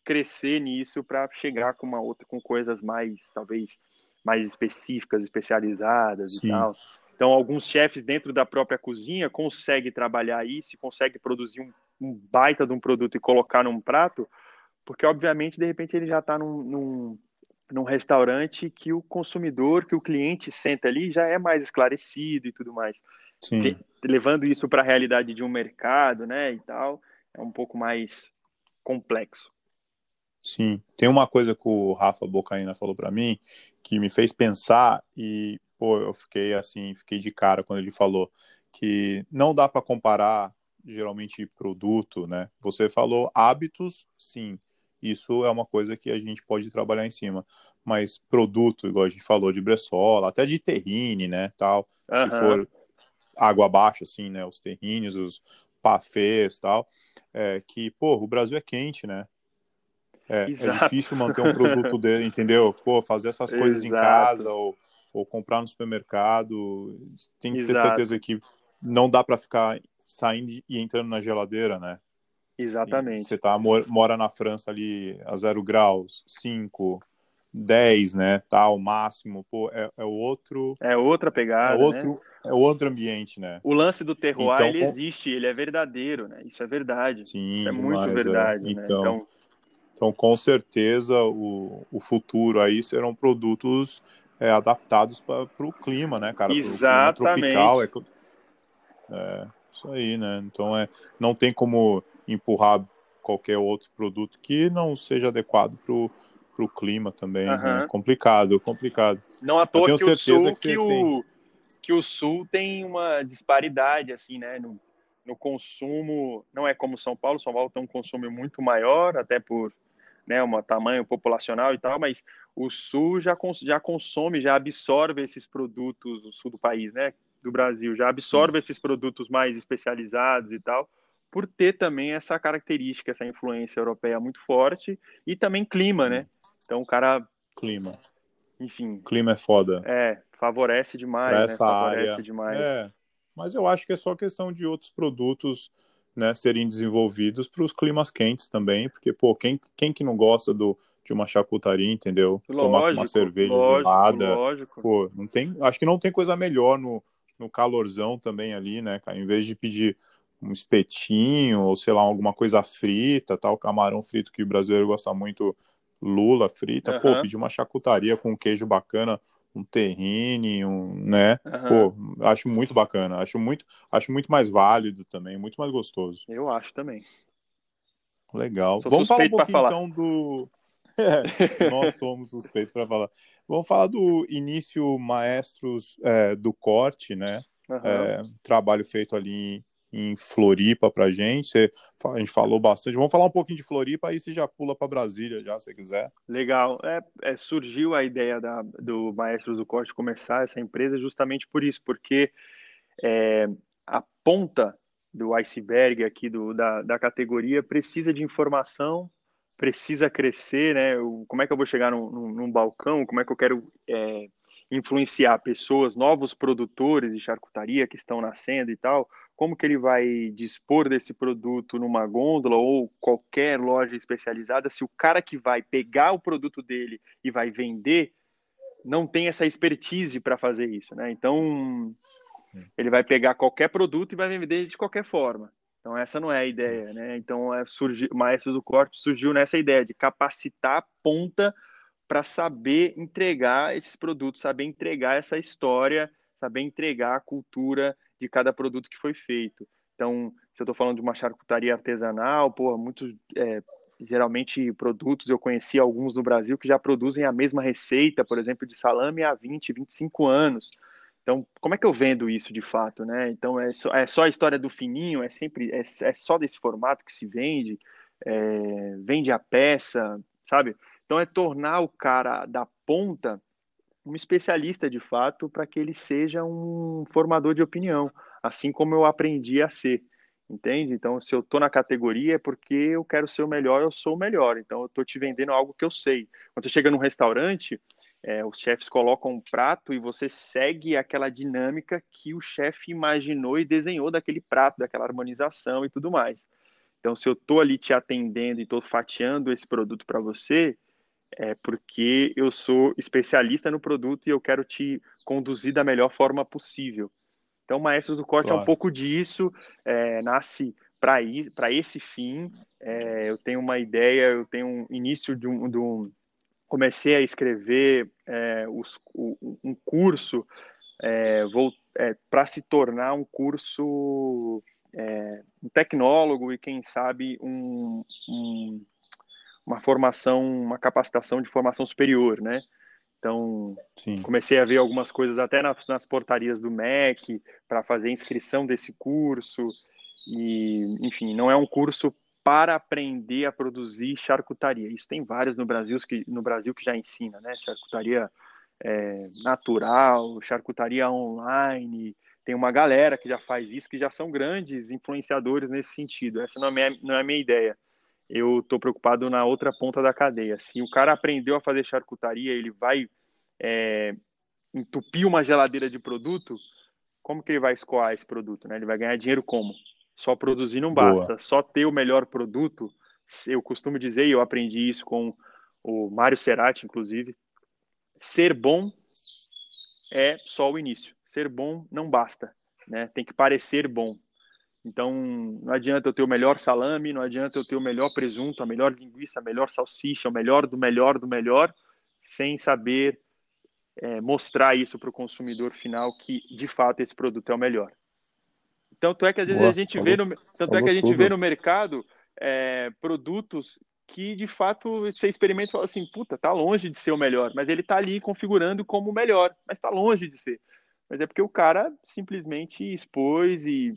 crescer nisso para chegar com uma outra, com coisas mais, talvez, mais específicas, especializadas e Sim, tal. Então, alguns chefes dentro da própria cozinha conseguem trabalhar isso, conseguem produzir um, um baita de um produto e colocar num prato, porque, obviamente, de repente ele já está num, num, num restaurante que o consumidor, que o cliente senta ali, já é mais esclarecido e tudo mais. De, sim, levando isso para a realidade de um mercado, né, e tal, é um pouco mais complexo. sim. Tem uma coisa que o Rafa Bocaina falou para mim que me fez pensar e, pô, eu fiquei assim, fiquei de cara quando ele falou que não dá para comparar geralmente produto, né? Você falou hábitos, sim. Isso é uma coisa que a gente pode trabalhar em cima. Mas produto, igual a gente falou de Bressola, até de terrine, né, tal, se Aham, for água abaixo, assim, né, os terrines, os pafês, tal, é, que, pô, o Brasil é quente, né? É, é exato. difícil manter um produto dele, entendeu? Pô, fazer essas coisas em Exato, casa ou, ou comprar no supermercado, tem que ter certeza exato, que não dá para ficar saindo e entrando na geladeira, né? E você exatamente. tá, mora na França ali a zero graus, cinco, dez, né? Tal, máximo, pô, é, é outro, É outra é pegada, né? outro, é outro ambiente, né? O lance do terroir, Então, ele existe, ele é verdadeiro, né? Isso é verdade. Isso sim, é muito demais, é. verdade, né? Então, Então, então com certeza o, o futuro aí serão produtos é, adaptados para o clima, né, cara? Para o clima tropical, é, exatamente, é isso aí, né? Então é, não tem como empurrar qualquer outro produto que não seja adequado para o clima também, né? aham. Complicado, complicado. Não à Eu toa tenho que o certeza sul, que que você tem. o, que o sul tem uma disparidade, assim, né? No, no consumo, não é como São Paulo, São Paulo tem um consumo muito maior, até por, né, um tamanho populacional e tal, mas o sul já, cons já consome, já absorve esses produtos, o sul do país, né, do Brasil, já Sim, absorve esses produtos mais especializados e tal, por ter também essa característica, essa influência europeia muito forte e também clima, né? sim. Então o cara, Clima. enfim, Clima é foda. é, favorece Para demais, né? essa Favorece área. demais. É, mas eu acho que é só questão de outros produtos, né, serem desenvolvidos para os climas quentes também, porque, pô, quem, quem que não gosta do, de uma charcutaria, entendeu? Tomar com uma Lógico, cerveja lógico, gelada, lógico. pô, não tem, acho que não tem coisa melhor no, no calorzão também ali, né, cara? Em vez de pedir um espetinho ou, sei lá, alguma coisa frita, tal, camarão frito que o brasileiro gosta muito, lula frita, pô, Aham, pedir uma charcutaria com um queijo bacana, um terrine, um, né? aham. Pô, acho muito bacana, acho muito, acho muito mais válido também, muito mais gostoso. Eu acho também. Legal. Sou Vamos falar um suspeito para pouquinho falar. então do. É, nós somos suspeitos para falar. Vamos falar do início maestros é, do corte, né? Aham. É, trabalho feito ali em, em Floripa para gente. Você, a gente falou bastante. Vamos falar um pouquinho de Floripa, aí você já pula para Brasília, já, se você quiser. Legal. É, é, surgiu a ideia da, do Maestros do Corte começar essa empresa justamente por isso, porque é, a ponta do iceberg aqui do, da, da categoria precisa de informação, precisa crescer, né? O, como é que eu vou chegar num, num, num balcão? Como é que eu quero é, influenciar pessoas, novos produtores de charcutaria que estão nascendo e tal? Como que ele vai dispor desse produto numa gôndola ou qualquer loja especializada se o cara que vai pegar o produto dele e vai vender não tem essa expertise para fazer isso, né? Então, ele vai pegar qualquer produto e vai vender de qualquer forma. Então essa não é a ideia, né? Então é, surgiu, o Maestro do Corte surgiu nessa ideia de capacitar a ponta para saber entregar esses produtos, saber entregar essa história, saber entregar a cultura de cada produto que foi feito. Então, se eu estou falando de uma charcutaria artesanal, pô, muitos é, geralmente produtos, eu conheci alguns no Brasil que já produzem a mesma receita, por exemplo, de salame há vinte, vinte e cinco anos. Então, como é que eu vendo isso de fato, né? Então, é só, é só a história do fininho, é sempre, é, é só desse formato que se vende, é, vende a peça, sabe? Então, é tornar o cara da ponta um especialista de fato para que ele seja um formador de opinião, assim como eu aprendi a ser, entende? Então, se eu estou na categoria é porque eu quero ser o melhor, eu sou o melhor. Então, eu estou te vendendo algo que eu sei. Quando você chega num restaurante, é, os chefes colocam um prato e você segue aquela dinâmica que o chefe imaginou e desenhou daquele prato, daquela harmonização e tudo mais. Então, se eu estou ali te atendendo e estou fatiando esse produto para você, é porque eu sou especialista no produto e eu quero te conduzir da melhor forma possível. Então, Maestros do Corte é um Claro. pouco disso, é, nasce para para esse fim. É, eu tenho uma ideia, eu tenho um início de um, de um comecei a escrever é, os, um, um curso é, é, para se tornar um curso é, um tecnólogo e quem sabe um, um, uma formação, uma capacitação de formação superior, né? Então, Sim. comecei a ver algumas coisas até nas, nas portarias do M E C para fazer a inscrição desse curso. E, enfim, não é um curso para aprender a produzir charcutaria. Isso tem vários no Brasil que, no Brasil que já ensina, né? Charcutaria é, natural, charcutaria online. Tem uma galera que já faz isso, que já são grandes influenciadores nesse sentido. Essa não é a minha, não é a minha ideia. Eu estou preocupado na outra ponta da cadeia. Se o cara aprendeu a fazer charcutaria, ele vai é, entupir uma geladeira de produto, como que ele vai escoar esse produto, né? Ele vai ganhar dinheiro como? Só produzir não Boa. basta. Só ter o melhor produto, eu costumo dizer, e eu aprendi isso com o Mário Cerati, inclusive, ser bom é só o início. Ser bom não basta, né? Tem que parecer bom. Então, não adianta eu ter o melhor salame, não adianta eu ter o melhor presunto, a melhor linguiça, a melhor salsicha, o melhor do melhor do melhor, sem saber é, mostrar isso para o consumidor final que, de fato, esse produto é o melhor. Tanto é que às vezes a Boa. gente vê Falou, no, tanto é que falou a gente vê tudo. no mercado é, produtos que de fato você experimenta e fala assim, puta, tá longe de ser o melhor, mas ele tá ali configurando como o melhor, mas tá longe de ser. Mas é porque o cara simplesmente expôs e,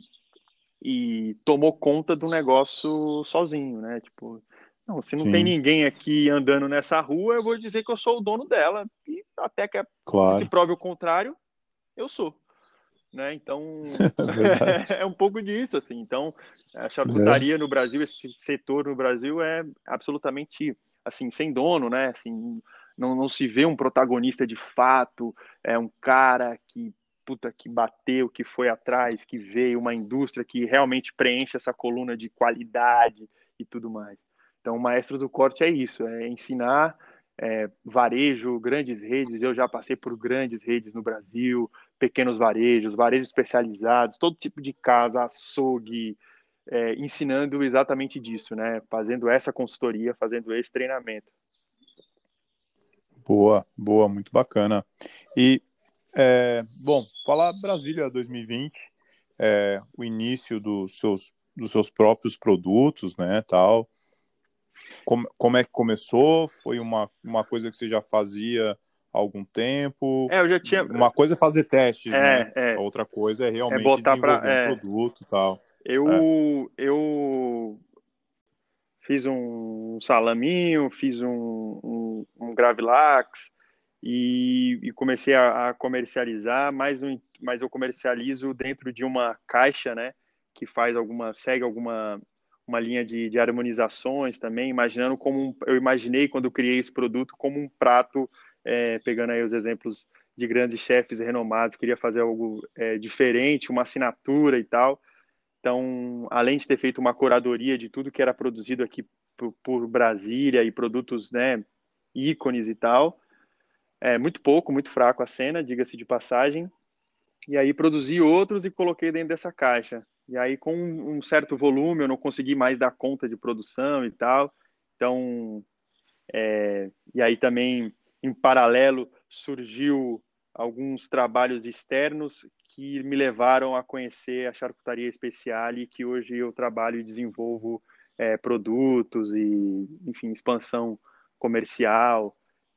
e tomou conta do negócio sozinho, né? Tipo, não, se não tem Sim, ninguém aqui andando nessa rua, eu vou dizer que eu sou o dono dela. E até que, que se claro. prove o contrário, eu sou. Né? Então, É verdade. é um pouco disso, assim. Então, a É, charcutaria no Brasil, esse setor no Brasil é absolutamente, assim, sem dono, né? Assim, não, não se vê um protagonista de fato, é um cara que, puta, que bateu, que foi atrás, que veio, uma indústria que realmente preenche essa coluna de qualidade e tudo mais. Então, o maestro do corte é isso, é ensinar é, varejo, grandes redes. Eu já passei por grandes redes no Brasil, pequenos varejos, varejos especializados, todo tipo de casa, açougue, é, ensinando exatamente disso, né? Fazendo essa consultoria, fazendo esse treinamento. boa, boa, muito bacana. E, é, bom, falar Brasília dois mil e vinte, é, o início dos seus, dos seus próprios produtos, né, tal. Como, como é que começou? Foi uma, uma coisa que você já fazia há algum tempo? É, eu já tinha. Uma coisa é fazer testes, né? É, A é, outra coisa é é realmente botar para. desenvolver um É, produto e tal. É, eu, eu fiz um salaminho, fiz um, um, um Gravilax e, e comecei a, a comercializar, mas, um, mas eu comercializo dentro de uma caixa, né? Que faz alguma, segue alguma uma linha de, de harmonizações também, imaginando como um, eu imaginei quando eu criei esse produto como um prato, é, pegando aí os exemplos de grandes chefes renomados, queria fazer algo é, diferente, uma assinatura e tal. Então, além de ter feito uma curadoria de tudo que era produzido aqui por, por Brasília e produtos, né, ícones e tal, é muito pouco, muito fraco a cena, diga-se de passagem. E aí produzi outros e coloquei dentro dessa caixa. E aí, com um certo volume, eu não consegui mais dar conta de produção e tal. Então, é, e aí também, em paralelo, surgiu alguns trabalhos externos que me levaram a conhecer a charcutaria especial e que hoje eu trabalho e desenvolvo é, produtos e, enfim, expansão comercial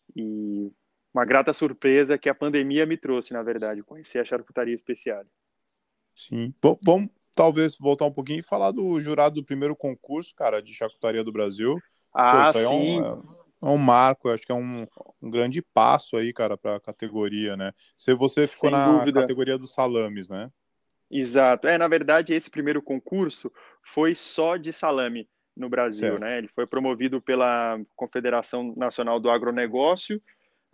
e uma grata surpresa que a pandemia me trouxe, na verdade, conhecer a charcutaria especial. sim. Bom, vamos talvez voltar um pouquinho e falar do jurado do primeiro concurso, cara, de charcutaria do Brasil. Pô, Ah, isso aí é um, sim, é é um marco, eu acho que é um, um grande passo aí, cara, para a categoria, né? Se você ficou sem na dúvida. categoria dos salames, né? Exato. É, na verdade, esse primeiro concurso foi só de salame no Brasil, Certo. né? Ele foi promovido pela Confederação Nacional do Agronegócio,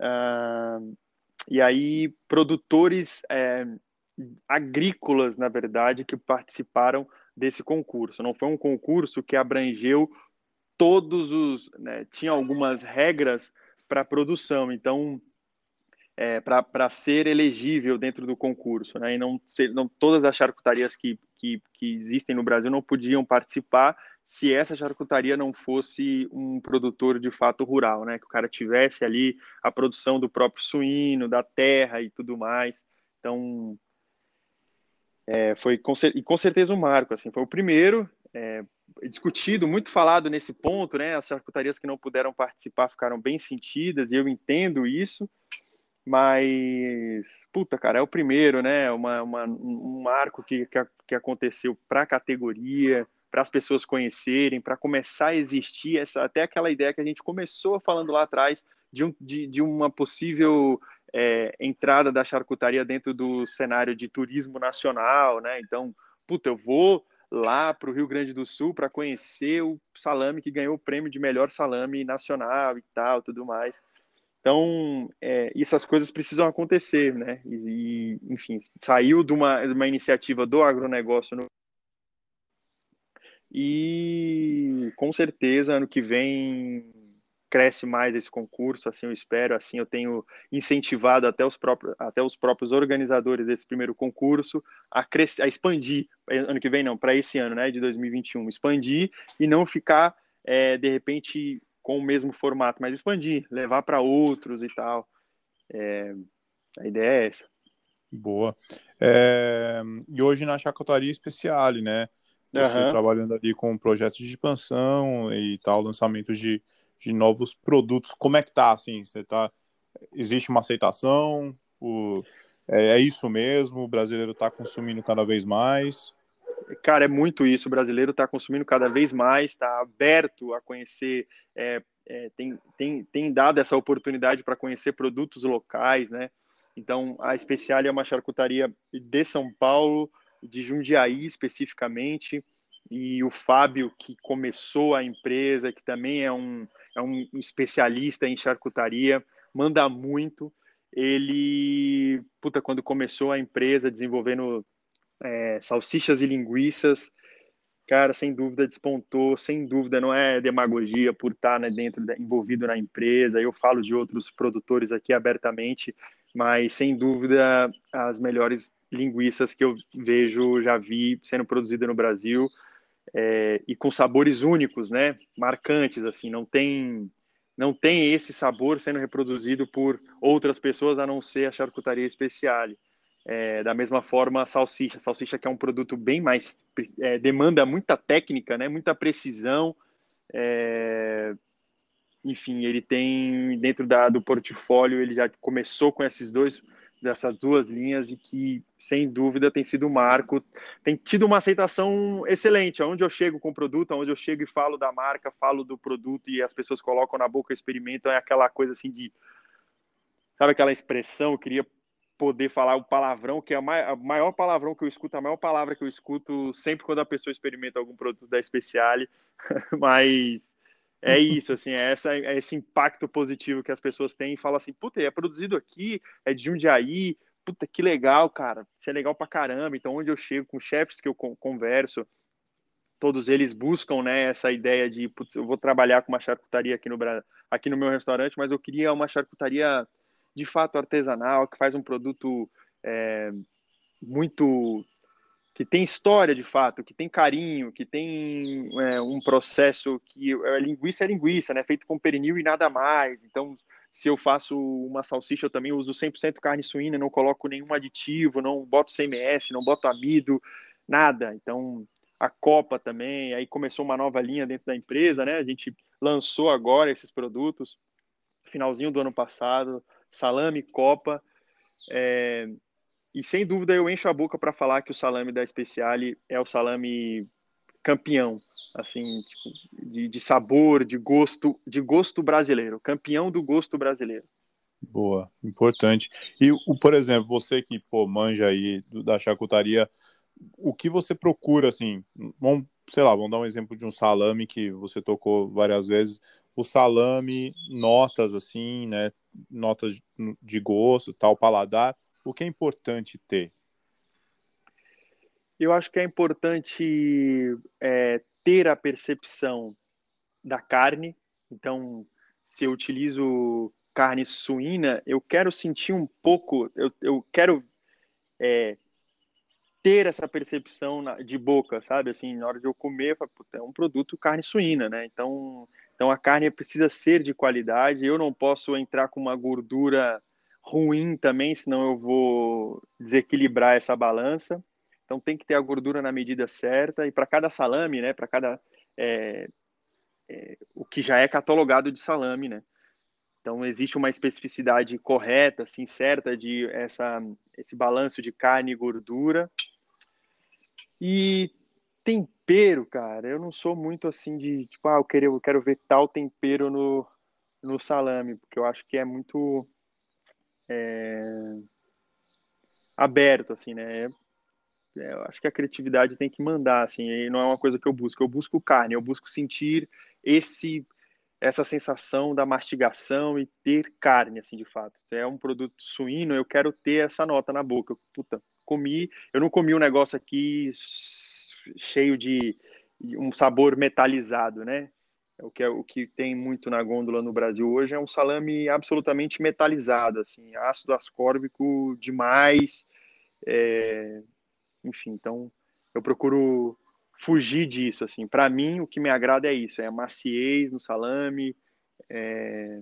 ah, e aí produtores é, agrícolas, na verdade, que participaram desse concurso. Não foi um concurso que abrangeu todos os... Né, tinha algumas regras para produção, então, é, para ser elegível dentro do concurso, né, e não, ser, não todas as charcutarias que, que, que existem no Brasil não podiam participar se essa charcutaria não fosse um produtor de fato rural, né, que o cara tivesse ali a produção do próprio suíno, da terra e tudo mais. Então, é, foi com, e com certeza um marco, assim, foi o primeiro, é, discutido, muito falado nesse ponto, né, as charcutarias que não puderam participar ficaram bem sentidas, e eu entendo isso, mas, puta, cara, é o primeiro, né, uma, uma, um marco que, que, que aconteceu para a categoria, para as pessoas conhecerem, para começar a existir, essa, até aquela ideia que a gente começou falando lá atrás, de, um, de, de uma possível é, entrada da charcutaria dentro do cenário de turismo nacional, né, então, puta, eu vou lá para o Rio Grande do Sul para conhecer o salame que ganhou o prêmio de melhor salame nacional e tal, tudo mais. Então, é, essas coisas precisam acontecer, né? E, enfim, saiu de uma, de uma iniciativa do agronegócio no... e com certeza ano que vem cresce mais esse concurso, assim eu espero, assim eu tenho incentivado até os próprios, até os próprios organizadores desse primeiro concurso a, crescer, a expandir, ano que vem não, para esse ano, né, de dois mil e vinte e um, expandir e não ficar, é, de repente, com o mesmo formato, mas expandir, levar para outros e tal. É, a ideia é essa. Boa. É, e hoje na Chacutaria Speciale, né? Você Uhum. trabalhando ali com projetos de expansão e tal, lançamento de, de novos produtos. Como é que tá, assim? Você tá... Existe uma aceitação? O... É, é isso mesmo? O brasileiro está consumindo cada vez mais? Cara, é muito isso. O brasileiro está consumindo cada vez mais, está aberto a conhecer, é, é, tem, tem, tem dado essa oportunidade para conhecer produtos locais, né? Então, a Speciale é uma charcutaria de São Paulo, de Jundiaí especificamente, e o Fábio, que começou a empresa, que também é um, é um especialista em charcutaria, manda muito. Ele, puta, quando começou a empresa desenvolvendo é, salsichas e linguiças, cara, sem dúvida despontou, sem dúvida não é demagogia por estar, né, dentro, da, envolvido na empresa. Eu falo de outros produtores aqui abertamente, mas sem dúvida as melhores linguiças que eu vejo, já vi sendo produzida no Brasil, é, e com sabores únicos, né, marcantes, assim, não tem não tem esse sabor sendo reproduzido por outras pessoas a não ser a charcutaria Speciale. É, da mesma forma, a salsicha. A salsicha que é um produto bem mais... É, demanda muita técnica, né? Muita precisão. É, enfim, ele tem, dentro da, do portfólio, ele já começou com esses dois, dessas duas linhas e que, sem dúvida, tem sido um marco. Tem tido uma aceitação excelente. Aonde eu chego com o produto, aonde eu chego e falo da marca, falo do produto e as pessoas colocam na boca, experimentam, é aquela coisa assim de... Sabe aquela expressão, eu queria poder falar o palavrão, que é a maior palavrão que eu escuto, a maior palavra que eu escuto sempre quando a pessoa experimenta algum produto da Speciale, mas é isso, assim, é, essa, é esse impacto positivo que as pessoas têm e falam assim, puta, é produzido aqui, é de Jundiaí, puta, que legal, cara, isso é legal pra caramba. Então, onde eu chego com chefes que eu converso, todos eles buscam, né, essa ideia de, putz, eu vou trabalhar com uma charcutaria aqui no, aqui no meu restaurante, mas eu queria uma charcutaria de fato artesanal, que faz um produto é, muito... que tem história de fato, que tem carinho, que tem é, um processo que... A linguiça é linguiça, né? Feito com pernil e nada mais. Então, se eu faço uma salsicha, eu também uso cem por cento carne suína, não coloco nenhum aditivo, não boto C M S, não boto amido, nada. Então, a Copa também, aí começou uma nova linha dentro da empresa, né? A gente lançou agora esses produtos, finalzinho do ano passado, salame, Copa, é, e sem dúvida eu encho a boca para falar que o salame da Speciale é o salame campeão, assim, tipo, de, de sabor, de gosto, de gosto brasileiro, campeão do gosto brasileiro. Boa, importante. E, o, por exemplo, você que, pô, manja aí do, da charcutaria, o que você procura, assim, vamos, sei lá, vamos dar um exemplo de um salame que você tocou várias vezes, o salame, notas, assim, né, notas de gosto, tal, paladar, o que é importante ter? Eu acho que é importante é, ter a percepção da carne. Então, se eu utilizo carne suína, eu quero sentir um pouco, eu, eu quero é, ter essa percepção na, de boca, sabe? Assim, na hora de eu comer, eu falo, puta, é um produto carne suína, né? Então, então a carne precisa ser de qualidade. Eu não posso entrar com uma gordura ruim também, senão eu vou desequilibrar essa balança. Então tem que ter a gordura na medida certa e para cada salame, né? Para cada é, é, o que já é catalogado de salame, né? Então existe uma especificidade correta, assim, certa de essa esse balanço de carne e gordura. E tempero, cara, eu não sou muito assim de, tipo, ah, eu quero, eu quero ver tal tempero no, no salame, porque eu acho que é muito é, aberto, assim, né? É, eu acho que a criatividade tem que mandar, assim, e não é uma coisa que eu busco. Eu busco carne, eu busco sentir esse essa sensação da mastigação e ter carne, assim, de fato. Se é um produto suíno, eu quero ter essa nota na boca. Eu, puta, comi, eu não comi um negócio aqui cheio de um sabor metalizado, né? É o que, é, o que tem muito na gôndola no Brasil hoje é um salame absolutamente metalizado, assim, ácido ascórbico demais, é, enfim, então eu procuro fugir disso, assim. Para mim, o que me agrada é isso, é a maciez no salame, é,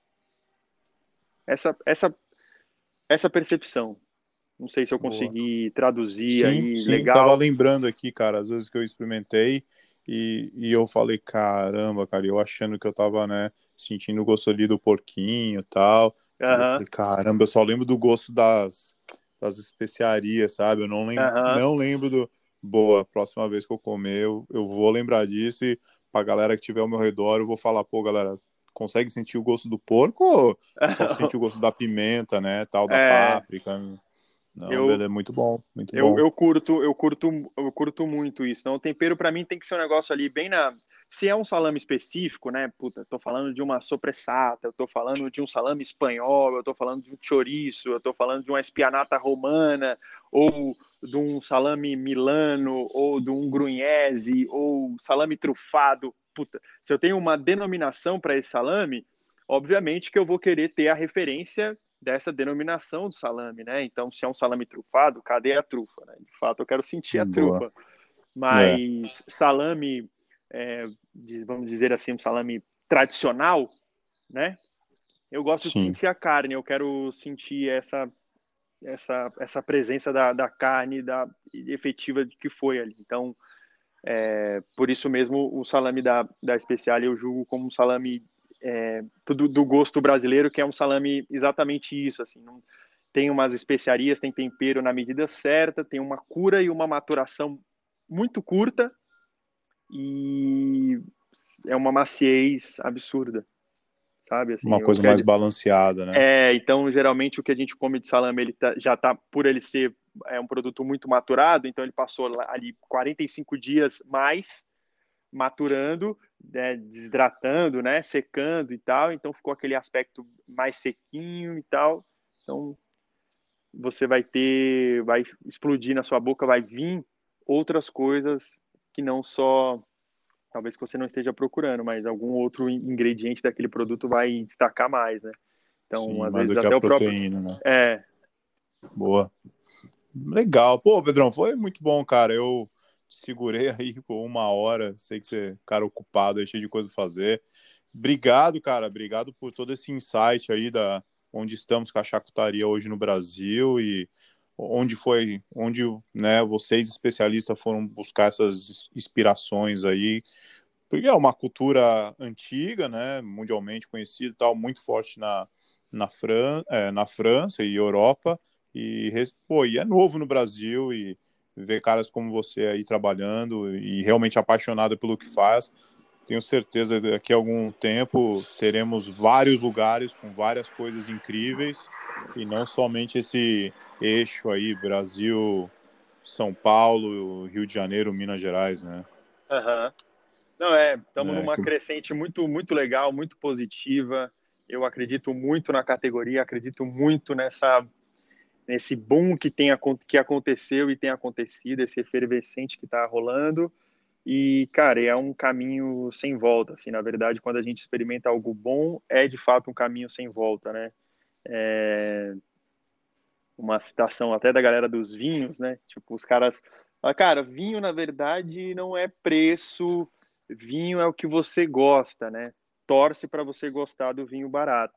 essa, essa, essa percepção. Não sei se eu Boa. consegui traduzir Sim, aí sim, tava legal. lembrando aqui, cara, às vezes que eu experimentei e, e eu falei, caramba, cara, eu achando que eu tava, né, sentindo o gosto ali do porquinho e tal, e eu Aham, falei, caramba, eu só lembro do gosto das, das especiarias, sabe? Eu não lembro, aham. não lembro do... Boa, próxima vez que eu comer, eu, eu vou lembrar disso e pra galera que tiver ao meu redor, eu vou falar, pô, galera, consegue sentir o gosto do porco ou só sentir o gosto da pimenta, né, tal, da É, páprica? Não, eu, beleza, muito bom, muito eu, bom. eu curto, eu curto, eu curto muito isso. Então, o tempero para mim tem que ser um negócio ali bem na. Se é um salame específico, né? Puta, eu tô falando de uma sopressata, eu tô falando de um salame espanhol, eu tô falando de um chouriço, eu tô falando de uma spianata romana, ou de um salame milano, ou de um grugnese, ou salame trufado. Puta, se eu tenho uma denominação para esse salame, obviamente que eu vou querer ter a referência dessa denominação do salame, né? Então, se é um salame trufado, cadê a trufa? Né? De fato, eu quero sentir a Boa. trufa. É, Mas salame, é, vamos dizer assim, um salame tradicional, né? Eu gosto de sim. sentir a carne, eu quero sentir essa essa, essa presença da, da carne da efetiva de que foi ali. Então, é, por isso mesmo, o salame da, da Speciale eu julgo como um salame é, do, do gosto brasileiro, que é um salame exatamente isso, assim, não, tem umas especiarias, tem tempero na medida certa, tem uma cura e uma maturação muito curta e é uma maciez absurda, sabe? Assim, Uma eu coisa mais quero, balanceada, né? é, então geralmente o que a gente come de salame ele tá, já está por ele ser é um produto muito maturado, então ele passou ali quarenta e cinco dias mais maturando, né, desidratando, né, secando e tal, então ficou aquele aspecto mais sequinho e tal. Então você vai ter, vai explodir na sua boca, vai vir outras coisas que não só, talvez que você não esteja procurando, mas algum outro ingrediente daquele produto vai destacar mais, né? Então, Sim, às mais vezes do que a até o próprio, proteína, né? é, Boa. Legal. Pô, Pedrão, foi muito bom, cara. Eu te segurei aí por uma hora. Sei que você é um cara ocupado, aí, cheio de coisa pra fazer. Obrigado, cara. Obrigado por todo esse insight aí da onde estamos com a charcutaria hoje no Brasil e onde foi, onde, né, vocês especialistas foram buscar essas inspirações aí, porque é uma cultura antiga, né, mundialmente conhecida, tal, muito forte na, na, Fran é, na França e Europa, e, pô, e é novo no Brasil, e ver caras como você aí trabalhando e realmente apaixonado pelo que faz, tenho certeza que daqui a algum tempo teremos vários lugares com várias coisas incríveis, e não somente esse eixo aí, Brasil, São Paulo, Rio de Janeiro, Minas Gerais, né? aham. Não, é, estamos É, numa crescente muito, muito legal, muito positiva. Eu acredito muito na categoria, acredito muito nessa nesse boom que, tem, que aconteceu e tem acontecido, esse efervescente que está rolando. E, cara, é um caminho sem volta, assim, na verdade, quando a gente experimenta algo bom, é de fato um caminho sem volta, né? É uma citação até da galera dos vinhos, né? Tipo, os caras, ah, cara, vinho, na verdade, não é preço, vinho é o que você gosta, né? Torce para você gostar do vinho barato.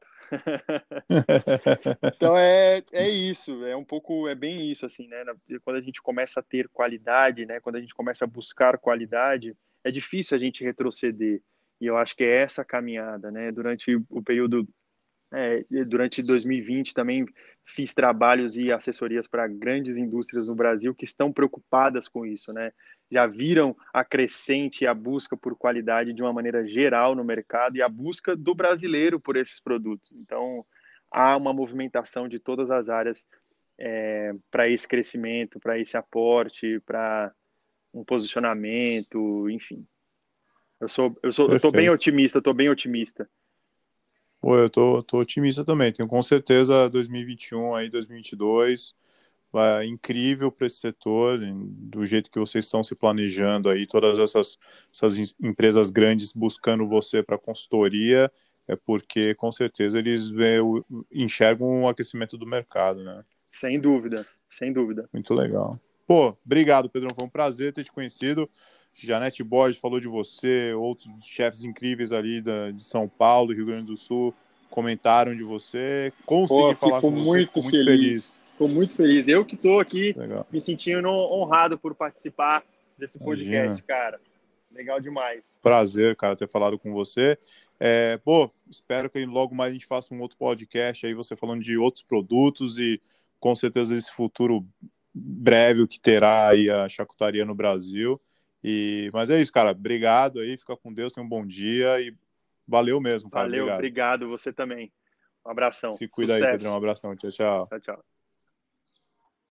Então é, é isso, é um pouco, é bem isso, assim, né? Quando a gente começa a ter qualidade, né? Quando a gente começa a buscar qualidade, é difícil a gente retroceder. E eu acho que é essa caminhada, né? Durante o período, é, durante dois mil e vinte também fiz trabalhos e assessorias para grandes indústrias no Brasil que estão preocupadas com isso, né? Já viram a crescente e a busca por qualidade de uma maneira geral no mercado e a busca do brasileiro por esses produtos. Então, há uma movimentação de todas as áreas é, para esse crescimento, para esse aporte, para um posicionamento, enfim. Eu sou, eu sou, eu tô bem Perfeito. otimista, eu tô bem otimista. Pô, eu tô, tô otimista também. Tenho com certeza dois mil e vinte e um aí, dois mil e vinte e dois vai incrível para esse setor, do jeito que vocês estão se planejando aí, todas essas, essas empresas grandes buscando você para consultoria, é porque com certeza eles vê, enxergam o aquecimento do mercado, né? Sem dúvida, sem dúvida. Muito legal. Pô, obrigado, Pedrão. Foi um prazer ter te conhecido. Janete Borges falou de você, outros chefes incríveis ali da, de São Paulo, Rio Grande do Sul, comentaram de você. Pô, Consegui falar fico com você, muito fico muito feliz. feliz. Fico muito feliz. Eu que estou aqui Legal. me sentindo honrado por participar desse Imagina. podcast, cara. Legal demais. Prazer, cara, ter falado com você. É, pô, espero que logo mais a gente faça um outro podcast aí, você falando de outros produtos e com certeza esse futuro breve que terá aí a charcutaria no Brasil. E, mas é isso, cara. Obrigado aí, fica com Deus, tenha um bom dia e valeu mesmo, cara. Valeu, Obrigado. obrigado. Você também. Um abração. Se cuida aí, Pedrão. Um Sucesso. abração. Tchau, tchau. Tchau, tchau.